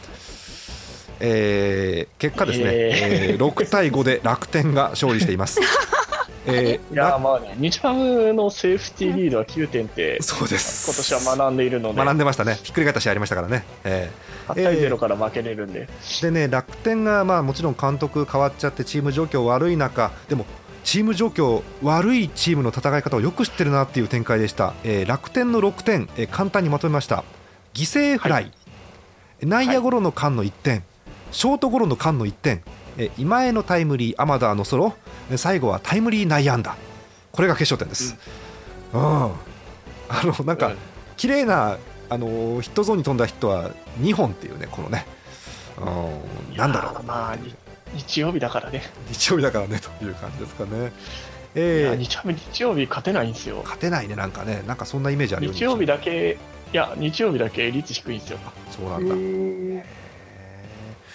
[SPEAKER 1] えー、結果ですね、えーえー、ろくたいごで楽天が勝利しています。
[SPEAKER 3] えー、いやまあね、日ハムのセーフティーリードはきゅうてんって
[SPEAKER 1] そうです
[SPEAKER 3] 今年は学んでいるので、
[SPEAKER 1] 学んでましたね。ひっくり返った試合ありましたからね。え
[SPEAKER 3] ー、はちたいゼロから負けれるんで、
[SPEAKER 1] えー、でね楽天がまあもちろん監督変わっちゃってチーム状況悪い中でもチーム状況悪いチームの戦い方をよく知ってるなっていう展開でした。えー、楽天のろくてん、えー、簡単にまとめました。犠牲フライ、はい、内野ゴロの間のいってん、はい、ショートゴロの間のいってん、え今江のタイムリー、アマダーのソロ、最後はタイムリー内野安打、これが決勝点です。うん、あのなんか、うん、綺麗なあのヒットゾーンに飛んだヒットはにほんっていうね、このね、うん、なんだろう、
[SPEAKER 3] まあ、日曜日だからね、
[SPEAKER 1] 日曜日だからねという感じですかね。
[SPEAKER 3] えー、いや日曜日、日曜日勝てないんですよ。
[SPEAKER 1] 勝てないね、なんかね、なんかそんなイメージあるよ。
[SPEAKER 3] 日曜日だけ、いや、日曜日だけ率低いんですよ。
[SPEAKER 1] そうなんだ。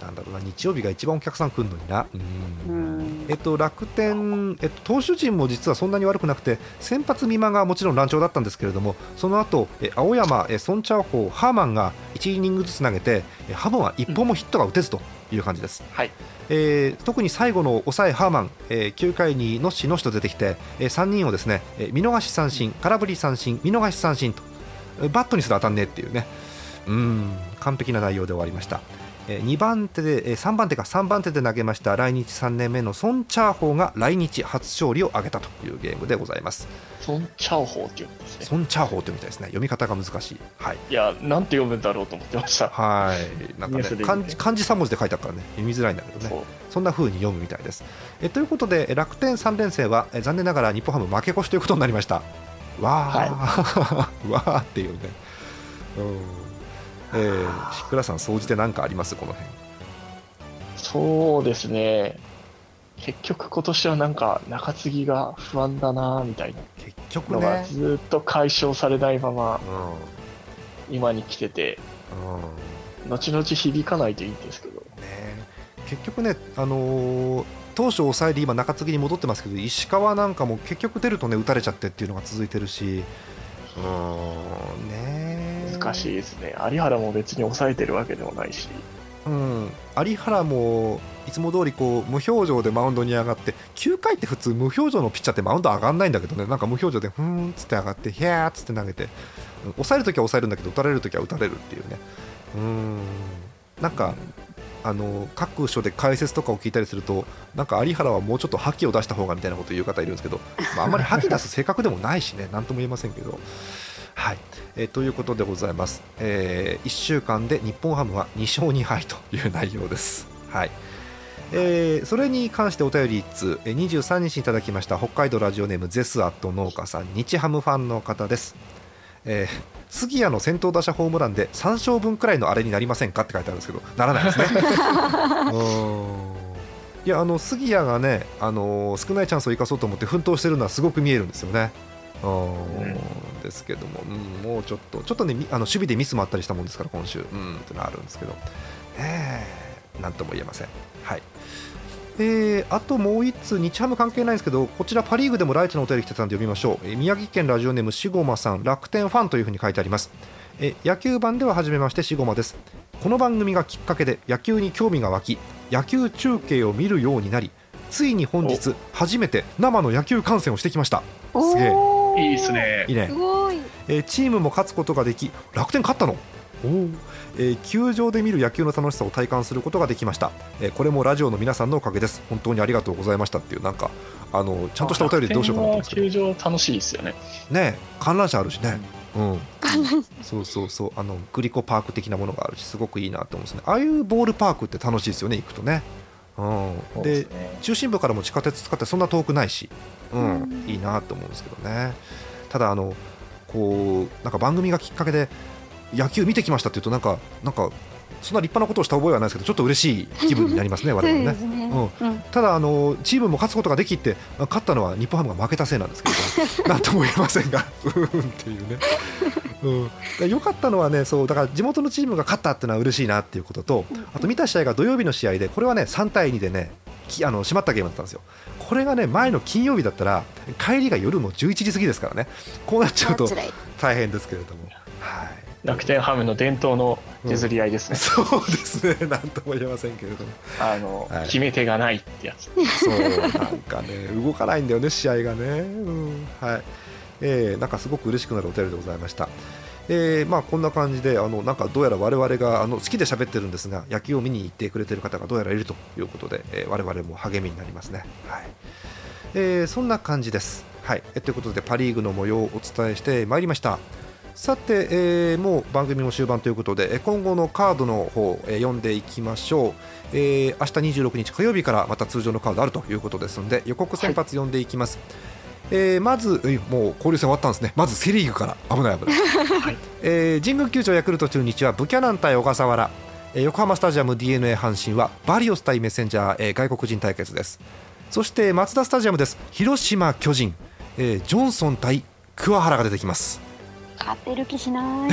[SPEAKER 1] なんだろうな、日曜日が一番お客さん来るのにな。うん、えっと、楽天、えっと、投手陣も実はそんなに悪くなくて、先発美馬がもちろん乱調だったんですけれども、その後え青山、えソン・チャーホー、ハーマンがいちイニングずつ投げて、ハムはいっぽんもヒットが打てずという感じです、
[SPEAKER 3] はい。
[SPEAKER 1] えー、特に最後の抑えハーマン、えー、きゅうかいにノッシノッシと出てきて、えー、さんにんをですね、えー、見逃し三振、空振り三振、見逃し三振と、バットにすら当たんねえっていうね、うーん、完璧な内容で終わりました。にばん手でさんばん手かさんばん手で投げました来日さんねんめのソン・チャーホーが来日初勝利を挙げたというゲームでございます。
[SPEAKER 3] ソン・チャーホーっていうんですね。
[SPEAKER 1] ソン・チャーホーってみたいですね。読み方が難しい。はい。
[SPEAKER 3] いや、なんて読むんだろうと思ってました。
[SPEAKER 1] はい。なんかね、漢字、漢字さん文字で書いてあるからね、読みづらいんだけどね。そ, そんな風に読むみたいです。えということで楽天さん連戦はえ残念ながら日本ハム負け越しということになりました。わー、はい、わーっていうね。うん。えー、シクラさん総じて何かありますこの辺？
[SPEAKER 3] そうですね、結局今年はなんか中継ぎが不安だなみたいなのがずっと解消されないまま今に来てて、うん、後々響かないといいんですけど、ね、
[SPEAKER 1] 結局ね、あのー、当初抑えで今中継ぎに戻ってますけど、石川なんかも結局出るとね打たれちゃってっていうのが続いてるし、うーん、ね、
[SPEAKER 3] 難しいですね。有原も別に抑えてるわけでもないし、
[SPEAKER 1] うん、有原もいつも通りこう無表情でマウンドに上がって、きゅうかいって普通無表情のピッチャーってマウンド上がんないんだけどね、なんか無表情でふーんっつって上がってヒャーっつって投げて、抑えるときは抑えるんだけど打たれるときは打たれるっていうね、うーん、なんかあの各所で解説とかを聞いたりすると、なんか有原はもうちょっと覇気を出した方がみたいなことを言う方いるんですけど、まあ、あんまり覇気出す性格でもないしね、なんとも言えませんけど、はい、えー、ということでございます、えー、いっしゅうかんで日本ハムはにしょうにはいという内容です、はい、えー、それに関してお便りいっつうにじゅうさんにちにいただきました。北海道ラジオネームゼスアット農家さん、日ハムファンの方です。えー、杉谷の先頭打者ホームランでさんしょうぶんくらいのあれになりませんかって書いてあるんですけど、ならないですねうんいや、あの杉谷がね、あのー、少ないチャンスを生かそうと思って奮闘してるのはすごく見えるんですよね。うんですけども、うん、もうちょっとちょっとね、あの守備でミスもあったりしたもんですから今週、うんってのはあるんですけど、えー、なんとも言えません。はい、えー、あともう一通日ハム関係ないんですけど、こちらパリーグでもライチのお便り来てたんで読みましょう。えー、宮城県ラジオネームしごまさん、楽天ファンというふうに書いてあります。えー、野球版では初めましてしごまです。この番組がきっかけで野球に興味が湧き、野球中継を見るようになり、ついに本日初めて生の野球観戦をしてきました。すげえ
[SPEAKER 3] いいですね。
[SPEAKER 1] いいね。
[SPEAKER 2] すごい。
[SPEAKER 1] えー、チームも勝つことができ、楽天勝ったの。おー、えー、球場で見る野球の楽しさを体感することができました。えー、これもラジオの皆さんのおかげです。本当にありがとうございましたっていう、なんかあのちゃんとしたお便りでどうしようかなと思ってますけど、
[SPEAKER 3] 球場楽しいですよね。
[SPEAKER 1] ね、観覧車あるしね、うん、そうそうそう、あのグリコパーク的なものがあるし、すごくいいなと思うんですね。ああいうボールパークって楽しいですよね、行くとね。うん、で、ね、中心部からも地下鉄使ってそんな遠くないし、うん、いいなと思うんですけどね。ただあのこうなんか番組がきっかけで野球見てきましたっていうと、なんかなんかそんな立派なことをした覚えはないですけど、ちょっと嬉しい気分になりますね我々ね。うん、ただあのチームも勝つことができて、勝ったのは日本ハムが負けたせいなんですけどなんとも言えませんがうんっていうね、うん、よかったのはね、そうだから地元のチームが勝ったっていうのは嬉しいなっていうことと、あと見た試合が土曜日の試合で、これはねさんたいにでねあの締まったゲームだったんですよ。これがね前の金曜日だったら帰りが夜のじゅういちじ過ぎですからね、こうなっちゃうと大変ですけれども、はい、
[SPEAKER 3] 楽天ハムの伝統の削り合いですね、
[SPEAKER 1] うん、そうですね、なんとも言えませんけれども、
[SPEAKER 3] あの、はい、決め手がないってやつ、
[SPEAKER 1] そうなんかね動かないんだよね試合がね、うん、はい、えー、なんかすごく嬉しくなるお便りでございました。えーまあ、こんな感じで、あのなんかどうやら我々があの好きで喋ってるんですが、野球を見に行ってくれてる方がどうやらいるということで、えー、我々も励みになりますね。はい、えー、そんな感じです。はい、えということでパリーグの模様をお伝えしてまいりました。さて、えー、もう番組も終盤ということで、今後のカードの方、えー、読んでいきましょう。えー、明日にじゅうろくにち火曜日からまた通常のカードあるということですので、予告先発読んでいきます。はい、えー、まず、えー、もう交流戦終わったんですね。まずセリーグから危ない危ない、はい、えー、神宮球場ヤクルト中日はブキャナン対小笠原、えー、横浜スタジアム ディーエヌエー 阪神はバリオス対メッセンジャー、えー、外国人対決です。そしてマツダスタジアムです。広島巨人、えー、ジョンソン対桑原が出てきます。
[SPEAKER 2] 勝てる気しない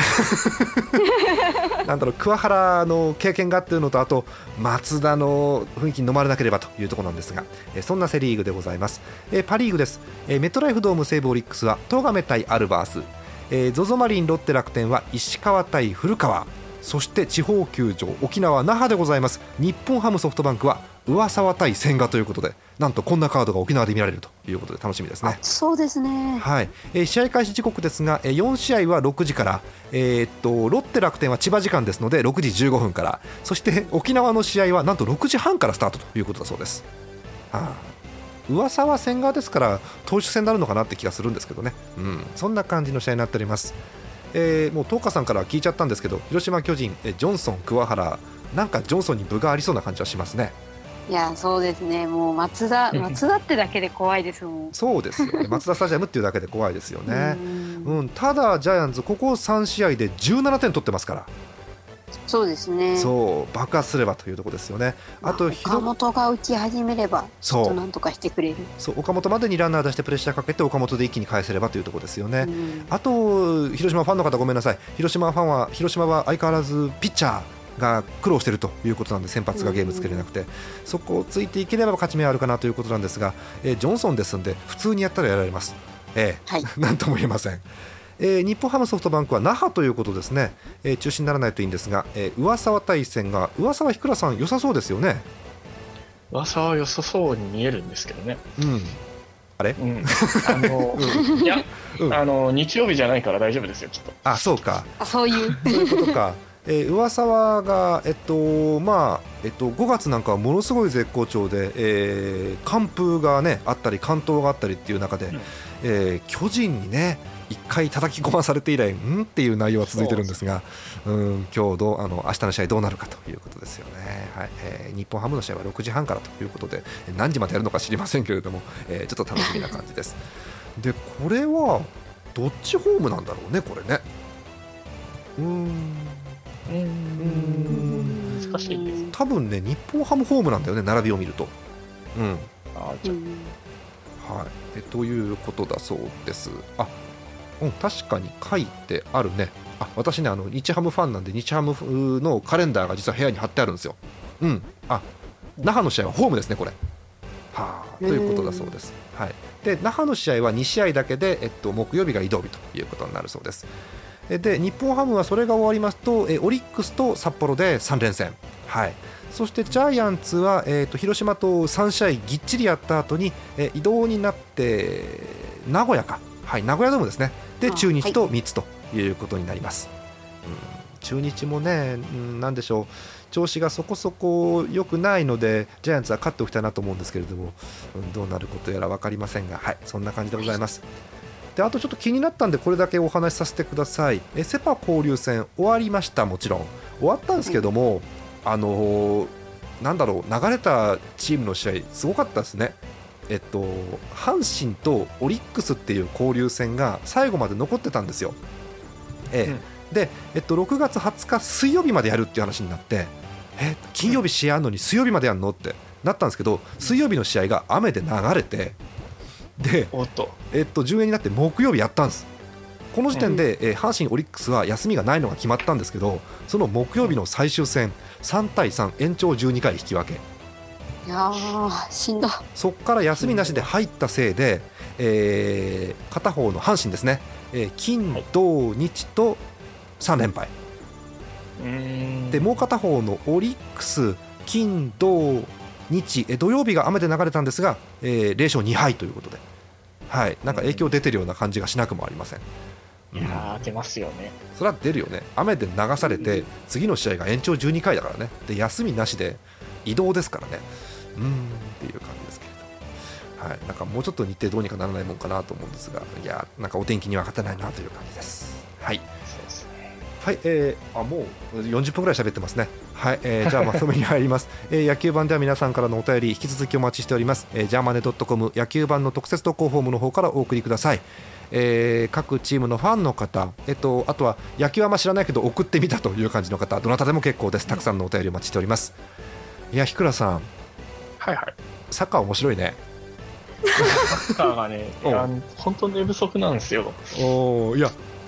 [SPEAKER 1] なんだろう、桑原の経験がっていうのと、あと松田の雰囲気に飲まれなければというところなんですが、えそんなセリーグでございます。えパリーグです。えメットライフドーム西武オリックスは戸亀対アルバース、えー、ゾゾマリンロッテ楽天は石川対古川、そして地方球場沖縄那覇でございます。日本ハムソフトバンクは上沢対千賀ということで、なんとこんなカードが沖縄で見られるということで楽しみですね。
[SPEAKER 2] そうですね、
[SPEAKER 1] はいえー、試合開始時刻ですが、えー、よん試合はろくじから、えー、っとロッテ楽天は千葉時間ですのでろくじじゅうごふんから、そして沖縄の試合はなんとろくじはんからスタートということだそうです。はあ、噂は千賀ですから投手戦になるのかなって気がするんですけどね、うん、そんな感じの試合になっております。えー、もう東花さんから聞いちゃったんですけど、広島巨人、えジョンソン桑原、なんかジョンソンに分がありそうな感じはしますね。
[SPEAKER 2] いやそうですね、もう松田松田ってだけで怖いですもん
[SPEAKER 1] そうですよね、マツダスタジアムっていうだけで怖いですよねうん、ただジャイアンツここさん試合でじゅうななてん取ってますから、
[SPEAKER 2] そうですね、
[SPEAKER 1] そう爆発すればというところですよね。あと
[SPEAKER 2] 岡本が打ち始めればちょっとなんとかしてくれる。
[SPEAKER 1] そう岡本までにランナー出してプレッシャーかけて岡本で一気に返せればというところですよね。あと広島ファンの方ごめんなさい、広島ファンは広島は相変わらずピッチャーが苦労しているということなんで、先発がゲームつけれなくて、そこをついていければ勝ち目はあるかなということなんですが、えー、ジョンソンですんで普通にやったらやられます、えーはい、なんとも言えません。えー、日本ハムソフトバンクは那覇ということですね、えー、中止にならないといいんですが、えー、上沢対戦が上沢ひくらさん良さそうですよね。
[SPEAKER 3] 上沢良さそうに見えるんですけどね、うん、
[SPEAKER 1] あれ、
[SPEAKER 3] うん、あの、うん、いや、うん、あの日曜日じゃないから大丈夫ですよきっと。
[SPEAKER 2] あ、
[SPEAKER 1] そうか、
[SPEAKER 2] あ、そういう
[SPEAKER 1] そういうことかえー、上沢が、えっとまあえっと、ごがつなんかはものすごい絶好調で、えー、完封が、ね、あったり完投があったりっていう中で、うんえー、巨人にねいっかい叩き込まされて以来んっていう内容は続いてるんですが、うん、今日どうあの明日の試合どうなるかということですよね、はいえー、日本ハムの試合はろくじはんからということで何時までやるのか知りませんけれども、えー、ちょっと楽しみな感じですでこれはどっちホームなんだろうねこれね。うーん
[SPEAKER 3] うーん難しいです。
[SPEAKER 1] 多分ね日本ハムホームなんだよね並びを見ると、うん
[SPEAKER 3] あじゃ
[SPEAKER 1] はいえということだそうです。あ、うん、確かに書いてあるね。あ私ねあの日ハムファンなんで日ハムのカレンダーが実は部屋に貼ってあるんですよ。うんあ那覇の試合はホームですねこれ。はあということだそうです。はい、で那覇の試合はに試合だけで、えっと、木曜日が移動日ということになるそうです。で日本ハムはそれが終わりますとえオリックスと札幌でさん連戦、はい、そしてジャイアンツは、えー、と広島とさん試合ぎっちりやった後に、え移動になって名古屋か、はい、名古屋ドームですねで中日とみっつということになります、うん、中日もね、うん、なんでしょう調子がそこそこ良くないのでジャイアンツは勝っておきたいなと思うんですけれども、うん、どうなることやら分かりませんが、はい、そんな感じでございます。であとちょっと気になったんでこれだけお話しさせてください。えセパ交流戦終わりました。もちろん終わったんですけども、あのー、なんだろう流れたチームの試合すごかったですね。えっと阪神とオリックスっていう交流戦が最後まで残ってたんですよ。ええうん、で、えっと、ろくがつはつか水曜日までやるっていう話になってえ金曜日試合あるのに水曜日までやるのってなったんですけど水曜日の試合が雨で流れてで、えっと、順延になって木曜日やったんです。この時点で、うんえー、阪神オリックスは休みがないのが決まったんですけどその木曜日の最終戦さんたいさん延長じゅうにかい引き分け。
[SPEAKER 2] いやーしんど。
[SPEAKER 1] そこから休みなしで入ったせいで、えー、片方の阪神ですね、えー、金土日とさん連敗、はい、でもう片方のオリックス金土日え土曜日が雨で流れたんですが、えー、ゼロ勝に敗ということで、はい、なんか影響出てるような感じがしなくもありません。
[SPEAKER 3] いやー出ますよね。
[SPEAKER 1] それは出るよね。雨で流されて次の試合が延長じゅうにかいだからね。で休みなしで移動ですからね。うーんっていう感じですけれど、はい、なんかもうちょっと日程どうにかならないもんかなと思うんですが、いやなんかお天気には勝てないなという感じです。はい。はい、えー、あもうよんじゅっぷんぐらい喋ってますね。はい、えー、じゃあまとめに入ります、えー、野球版では皆さんからのお便り引き続きお待ちしております、えー、ジャーマネ .com 野球版の特設投稿フォームの方からお送りください、えー、各チームのファンの方、えっと、あとは野球はあんま知らないけど送ってみたという感じの方どなたでも結構です。たくさんのお便りお待ちしております。いやひくらさん、
[SPEAKER 3] はいはい、
[SPEAKER 1] サッカー面白いね。
[SPEAKER 3] サッカーがねいや本当寝不足なんですよ。
[SPEAKER 1] おいや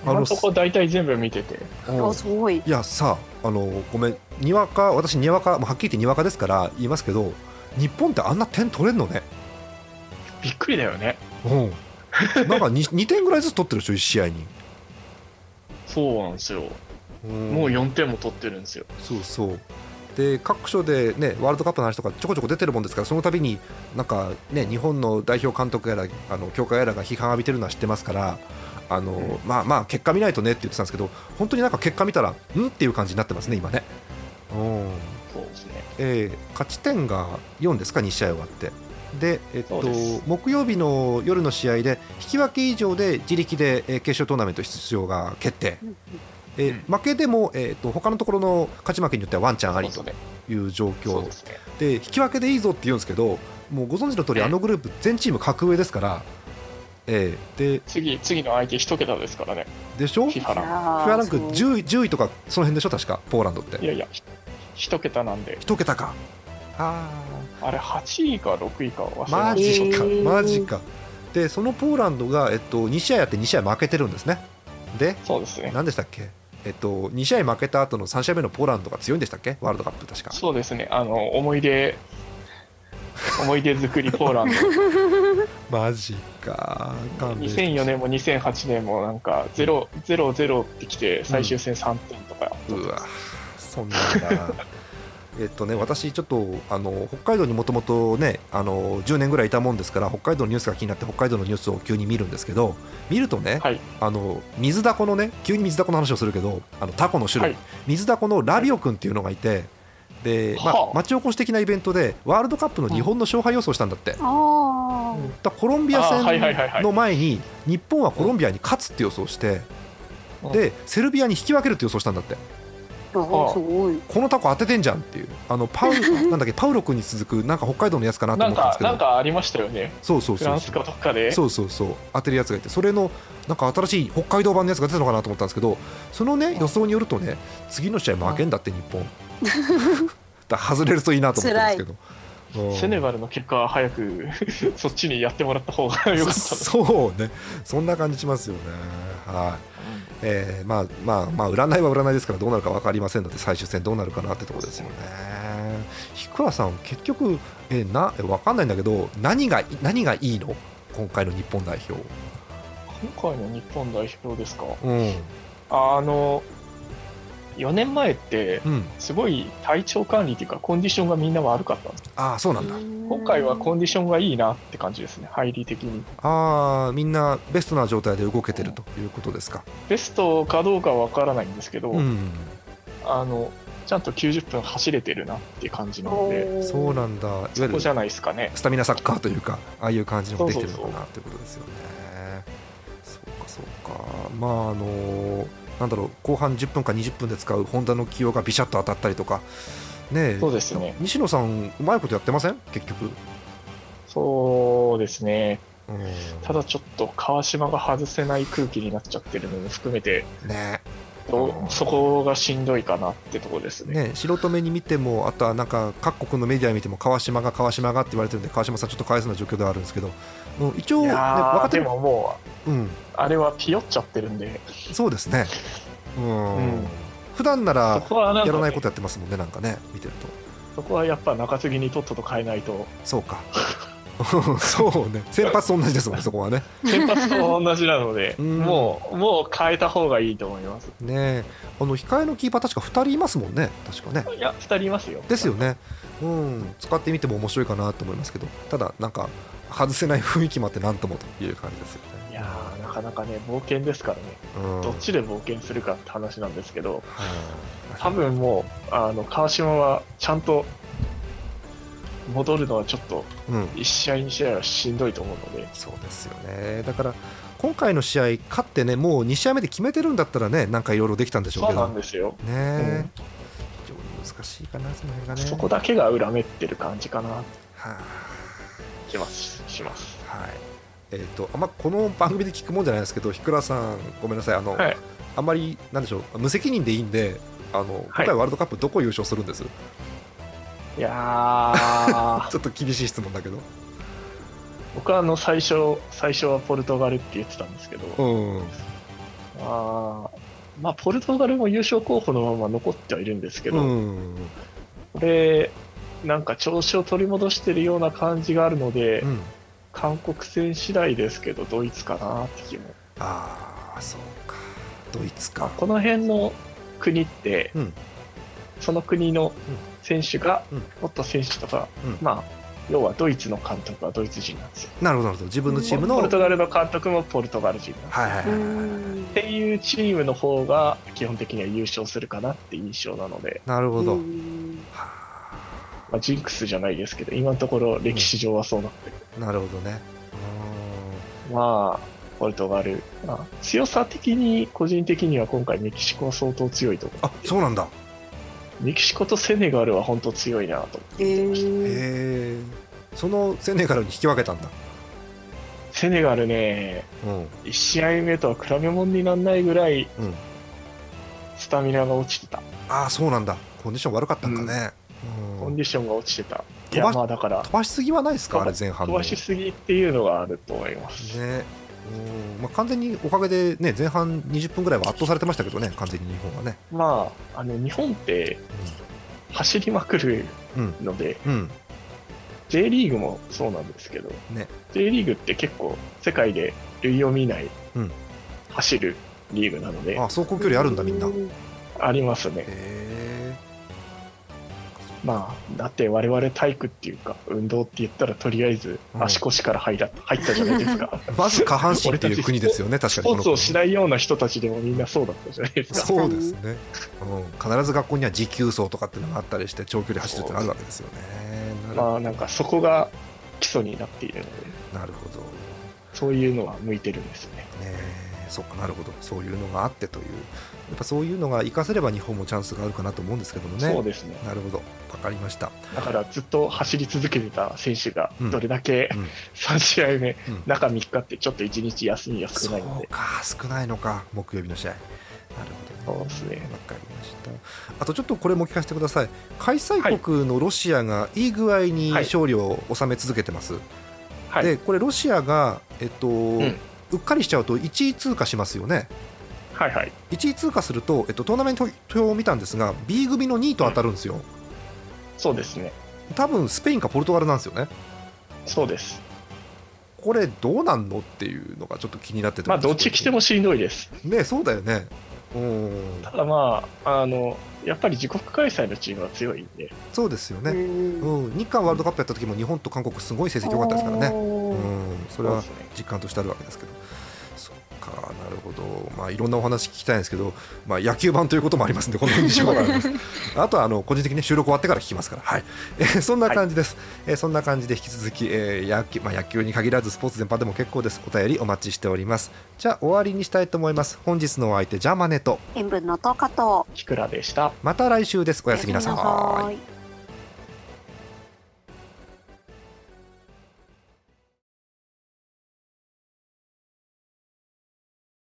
[SPEAKER 3] 今のところ大体全部見てて。
[SPEAKER 2] あ、すごい。
[SPEAKER 1] いやさ、あのごめん、にわか、私にわか、はっきり言ってにわかですから言いますけど、日本ってあんな点取れんのね。
[SPEAKER 3] びっくりだよね。
[SPEAKER 1] うんなんか 2, にてんぐらいずつ取ってるでしょ、いち試合に。
[SPEAKER 3] そうなんですよ、うん、もうよんてんも取ってるんですよ。
[SPEAKER 1] そうそうで、各所で、ね、ワールドカップの話とかちょこちょこ出てるもんですから、その度になんか、ね、日本の代表監督やらあの協会やらが批判を浴びてるのは知ってますから、あの、うん、まあまあ結果見ないとねって言ってたんですけど、本当になんか結果見たらんっていう感じになってますね今ね。うん、
[SPEAKER 3] そうですね、
[SPEAKER 1] えー、勝ち点がよんですか、に試合終わって。で、えっと、木曜日の夜の試合で引き分け以上で自力で決勝トーナメント出場が決定、うんえー、負けでも、えー、と他のところの勝ち負けによってはワンチャンありという状況 で,、ね、で引き分けでいいぞって言うんですけど、もうご存知の通りあのグループ全チーム格上ですから、えー、で
[SPEAKER 3] 次, 次の相手一桁ですからね。
[SPEAKER 1] でしょ、フィファランク 10, 位じゅういとかその辺でしょ確か、ポーランドって。
[SPEAKER 3] いやいや一桁なんで。
[SPEAKER 1] 一桁か。あ
[SPEAKER 3] あれはちいかろくいか忘れました。
[SPEAKER 1] マジかマジか。でそのポーランドが、えっと、に試合やってに試合負けてるんですね。で
[SPEAKER 3] そうですね、
[SPEAKER 1] 何でしたっけ、えっと、に試合負けた後のさん試合目のポーランドが強いんでしたっけ、ワールドカップ確か。
[SPEAKER 3] そうですね、あの思い出思い出作りポーラン
[SPEAKER 1] ドマジか。
[SPEAKER 3] にせんよねんもにせんはちねんもなんかゼロ、ゼロ、ゼロってきて最終戦さんてんとか、
[SPEAKER 1] うん、うわそんなんだえっとね、私ちょっとあの北海道にもともとねあのじゅうねんぐらいいたもんですから、北海道のニュースが気になって北海道のニュースを急に見るんですけど、見るとね、はい、あの水ダコのね、急に水ダコの話をするけど、あのタコの種類、はい、水ダコのラビオ君っていうのがいて、で、まあ、町おこし的なイベントでワールドカップの日本の勝敗予想したんだって、うん、だコロンビア戦の前に日本はコロンビアに勝つって予想して、でセルビアに引き分けるって予想したんだって。
[SPEAKER 2] すごい、
[SPEAKER 1] このタコ当ててんじゃんっていう、あのパウなんだっけパウロ君に続くなんか北海道のやつかなと思ったんですけど、
[SPEAKER 3] なんかなんかありましたよね。
[SPEAKER 1] そうそうそうそう、
[SPEAKER 3] フランスかどっかで
[SPEAKER 1] そうそうそう当てるやつがいて、それのなんか新しい北海道版のやつが出たのかなと思ったんですけど、そのね予想によるとね、次の試合負けんだって日本だ外れるといいなと思ったんですけど、
[SPEAKER 3] セネガルの結果は早くそっちにやってもらった方がよかった
[SPEAKER 1] そうね、そんな感じしますよね。はい、えー、まあまあまあ占いは占いですからどうなるか分かりませんので、最終戦どうなるかなってところですよね。日倉さん結局、えー、な分かんないんだけど、何が何がいいの今回の日本代表。
[SPEAKER 3] 今回の日本代表ですか、
[SPEAKER 1] うん、
[SPEAKER 3] あのよねんまえってすごい体調管理というかコンディションがみんな悪かったんです。
[SPEAKER 1] ああそうなんだ。
[SPEAKER 3] 今回はコンディションがいいなって感じですね、入り的に。
[SPEAKER 1] ああみんなベストな状態で動けてるということですか。
[SPEAKER 3] ベストかどうかは分からないんですけど、
[SPEAKER 1] うん、
[SPEAKER 3] あのちゃんときゅうじゅっぷん走れてるなっていう感じなので。
[SPEAKER 1] そうなんだ、いわゆる
[SPEAKER 3] そこじゃないですかね、
[SPEAKER 1] スタミナサッカーというかああいう感じのできてるのかなっていうことですよね。そうかそうか、まああのーなんだろう、後半じゅっぷんかにじゅっぷんで使う本田の起用がビシャッと当たったりとか、ね、
[SPEAKER 3] そうですね、
[SPEAKER 1] 西野さんうまいことやってません結局。
[SPEAKER 3] そうですね、うん、ただちょっと川島が外せない空気になっちゃってるのも含めて、
[SPEAKER 1] ね、
[SPEAKER 3] そこがしんどいかなってところです ね,
[SPEAKER 1] ね素人目に見ても、あとはなんか各国のメディア見ても川島が川島がって言われてるんで、川島さんちょっとかわいそうな状況ではあるんですけど、もう一応、ね、分かってる。
[SPEAKER 3] でももう、
[SPEAKER 1] うん、
[SPEAKER 3] あれはピヨっちゃってるんで。
[SPEAKER 1] そうですね、うん、うん、普段ならやらないことやってますもんね、なんかね見てると。
[SPEAKER 3] そこはやっぱ中継ぎにとっとと変えないと。
[SPEAKER 1] そうかそうね、先発と同じですもんねそこはね。
[SPEAKER 3] 先発と同じなので、うん、もうもう変えた方がいいと思います
[SPEAKER 1] ね。あの控えのキーパー確かふたりいますもんね、確かね。
[SPEAKER 3] いやふたりいますよ。
[SPEAKER 1] ですよね、うん、使ってみても面白いかなと思いますけど、ただなんか外せない雰囲気もあってなんともという感じですよね。
[SPEAKER 3] いやーなかなかね冒険ですからね、うん、どっちで冒険するかって話なんですけど、多分もうあの川島はちゃんと戻るのはちょっといち試合に試合はしんどいと思うので、
[SPEAKER 1] うん、そうですよね。だから今回の試合勝ってね、もうに試合目で決めてるんだったらね、なんかいろいろできたんでしょうけど。
[SPEAKER 3] そうなんですよね、うん、
[SPEAKER 1] 非常に難しいかな、その辺がね。
[SPEAKER 3] そこだけが恨めってる感じかな、は
[SPEAKER 1] あ、
[SPEAKER 3] しますします。
[SPEAKER 1] はい、えーと、あんまこの番組で聞くもんじゃないですけど、日倉さんごめんなさい、あの、はい、あんまりなんでしょう、無責任でいいんで、あの今回ワールドカップどこ優勝するんです？
[SPEAKER 3] いや
[SPEAKER 1] ちょっと厳しい質問だけど、
[SPEAKER 3] 僕はあの最初最初はポルトガルって言ってたんですけど、
[SPEAKER 1] うん、
[SPEAKER 3] あまあ、ポルトガルも優勝候補のまま残ってはいるんですけど、うん、これなんか調子を取り戻してるような感じがあるので、うん、韓国戦次第ですけどドイツかなって気も。
[SPEAKER 1] ああそうか、ドイツか。
[SPEAKER 3] この辺の国って、うん、その国の選手が、うん、もっと選手とか、うん、まあ要はドイツの監督はドイツ人なんですよ。
[SPEAKER 1] なるほどなるほど。自分のチームの
[SPEAKER 3] ポルトガルの監督もポルトガル人なんですよ、はいはいはい、っていうチームの方が基本的には優勝するかなって印象なので。
[SPEAKER 1] なるほど。
[SPEAKER 3] まあ、ジンクスじゃないですけど今のところ歴史上はそうなってる、
[SPEAKER 1] うん、なるほどね。
[SPEAKER 3] まあポルトガル、まあ、強さ的に個人的には今回メキシコは相当強いと思う。
[SPEAKER 1] あ、そうなんだ。
[SPEAKER 3] メキシコとセネガルは本当強いなと思ってました。
[SPEAKER 1] へー、そのセネガルに引き分けたんだ。
[SPEAKER 3] セネガルね、うん、いち試合目とは比べ物にならないぐらい、うん、スタミナが落ちてた。
[SPEAKER 1] ああそうなんだ。コンディション悪かったんかね、
[SPEAKER 3] うん、コンディションが落ちてた。いやまあだから
[SPEAKER 1] 飛ばしすぎはないですか、あれ前半の。
[SPEAKER 3] 飛ばしすぎっていうのがあると思います
[SPEAKER 1] ね。うん、まあ、完全におかげで、ね、前半にじゅっぷんぐらいは圧倒されてましたけどね、完全に日本はね。
[SPEAKER 3] まあ、あの日本って走りまくるので、うんうん、J リーグもそうなんですけど、ね、J リーグって結構世界で類を見ない走るリーグなので、
[SPEAKER 1] うん、あ、走行距離あるんだみんな。
[SPEAKER 3] ありますね。まあ、だって我々体育っていうか運動って言ったらとりあえず足腰から入ら、うん、入ったじゃないですか
[SPEAKER 1] まず下半身っていう国ですよね。確かに
[SPEAKER 3] スポーツをしないような人たちでもみんなそうだったじゃないですか。
[SPEAKER 1] そうですね、うん、必ず学校には持久走とかっていうのがあったりして長距離走るってのがあるわけですよね。
[SPEAKER 3] まあなんかそこが基礎になっているので、
[SPEAKER 1] なるほど、
[SPEAKER 3] そういうのは向いてるんですね。
[SPEAKER 1] ね、そうか、なるほど、そういうのがあってという、やっぱそういうのが活かせれば日本もチャンスがあるかなと思うんですけどもね。
[SPEAKER 3] そうですね。
[SPEAKER 1] なるほど、分かりました。
[SPEAKER 3] だからずっと走り続けてた選手がどれだけ、うん、さん試合目、うん、中みっかってちょっといちにち休みが少ないので。
[SPEAKER 1] そうか、少ないのか、木曜日の試合。なるほど、ね、
[SPEAKER 3] そうですね。
[SPEAKER 1] 分かりました。あとちょっとこれも聞かせてください。開催国のロシアがいい具合に勝利を収め続けてます、はい、でこれロシアが、えっとうん、うっかりしちゃうといちい通過しますよね。
[SPEAKER 3] はいはい、
[SPEAKER 1] いちい通過すると、えっと、トーナメント表を見たんですが B 組のにいと当たるんですよ、うん、
[SPEAKER 3] そうですね。
[SPEAKER 1] 多分スペインかポルトガルなんですよね。
[SPEAKER 3] そうです。
[SPEAKER 1] これどうなんのっていうのがちょっと気になってて、
[SPEAKER 3] まあどっち来てもしんどいです
[SPEAKER 1] ね。そうだよね。うん、
[SPEAKER 3] ただまああのやっぱり自国開催のチームは強いんで。
[SPEAKER 1] そうですよね、うん、日韓ワールドカップやった時も日本と韓国すごい成績良かったですからね、うん、それは実感としてあるわけですけど。か、なるほど、まあ、いろんなお話聞きたいんですけど、まあ、野球版ということもありますのでこの辺にしようかなと思いますあとはあの個人的に収録終わってから聞きますから、はいえー、そんな感じです、はいえー、そんな感じで引き続き、えー野球まあ、野球に限らずスポーツ全般でも結構です。お便りお待ちしております。じゃあ終わりにしたいと思います。本日のお相手ジャーマネと
[SPEAKER 2] 塩分のとかと
[SPEAKER 3] キクラでした。
[SPEAKER 1] また来週です。おやすみなさい。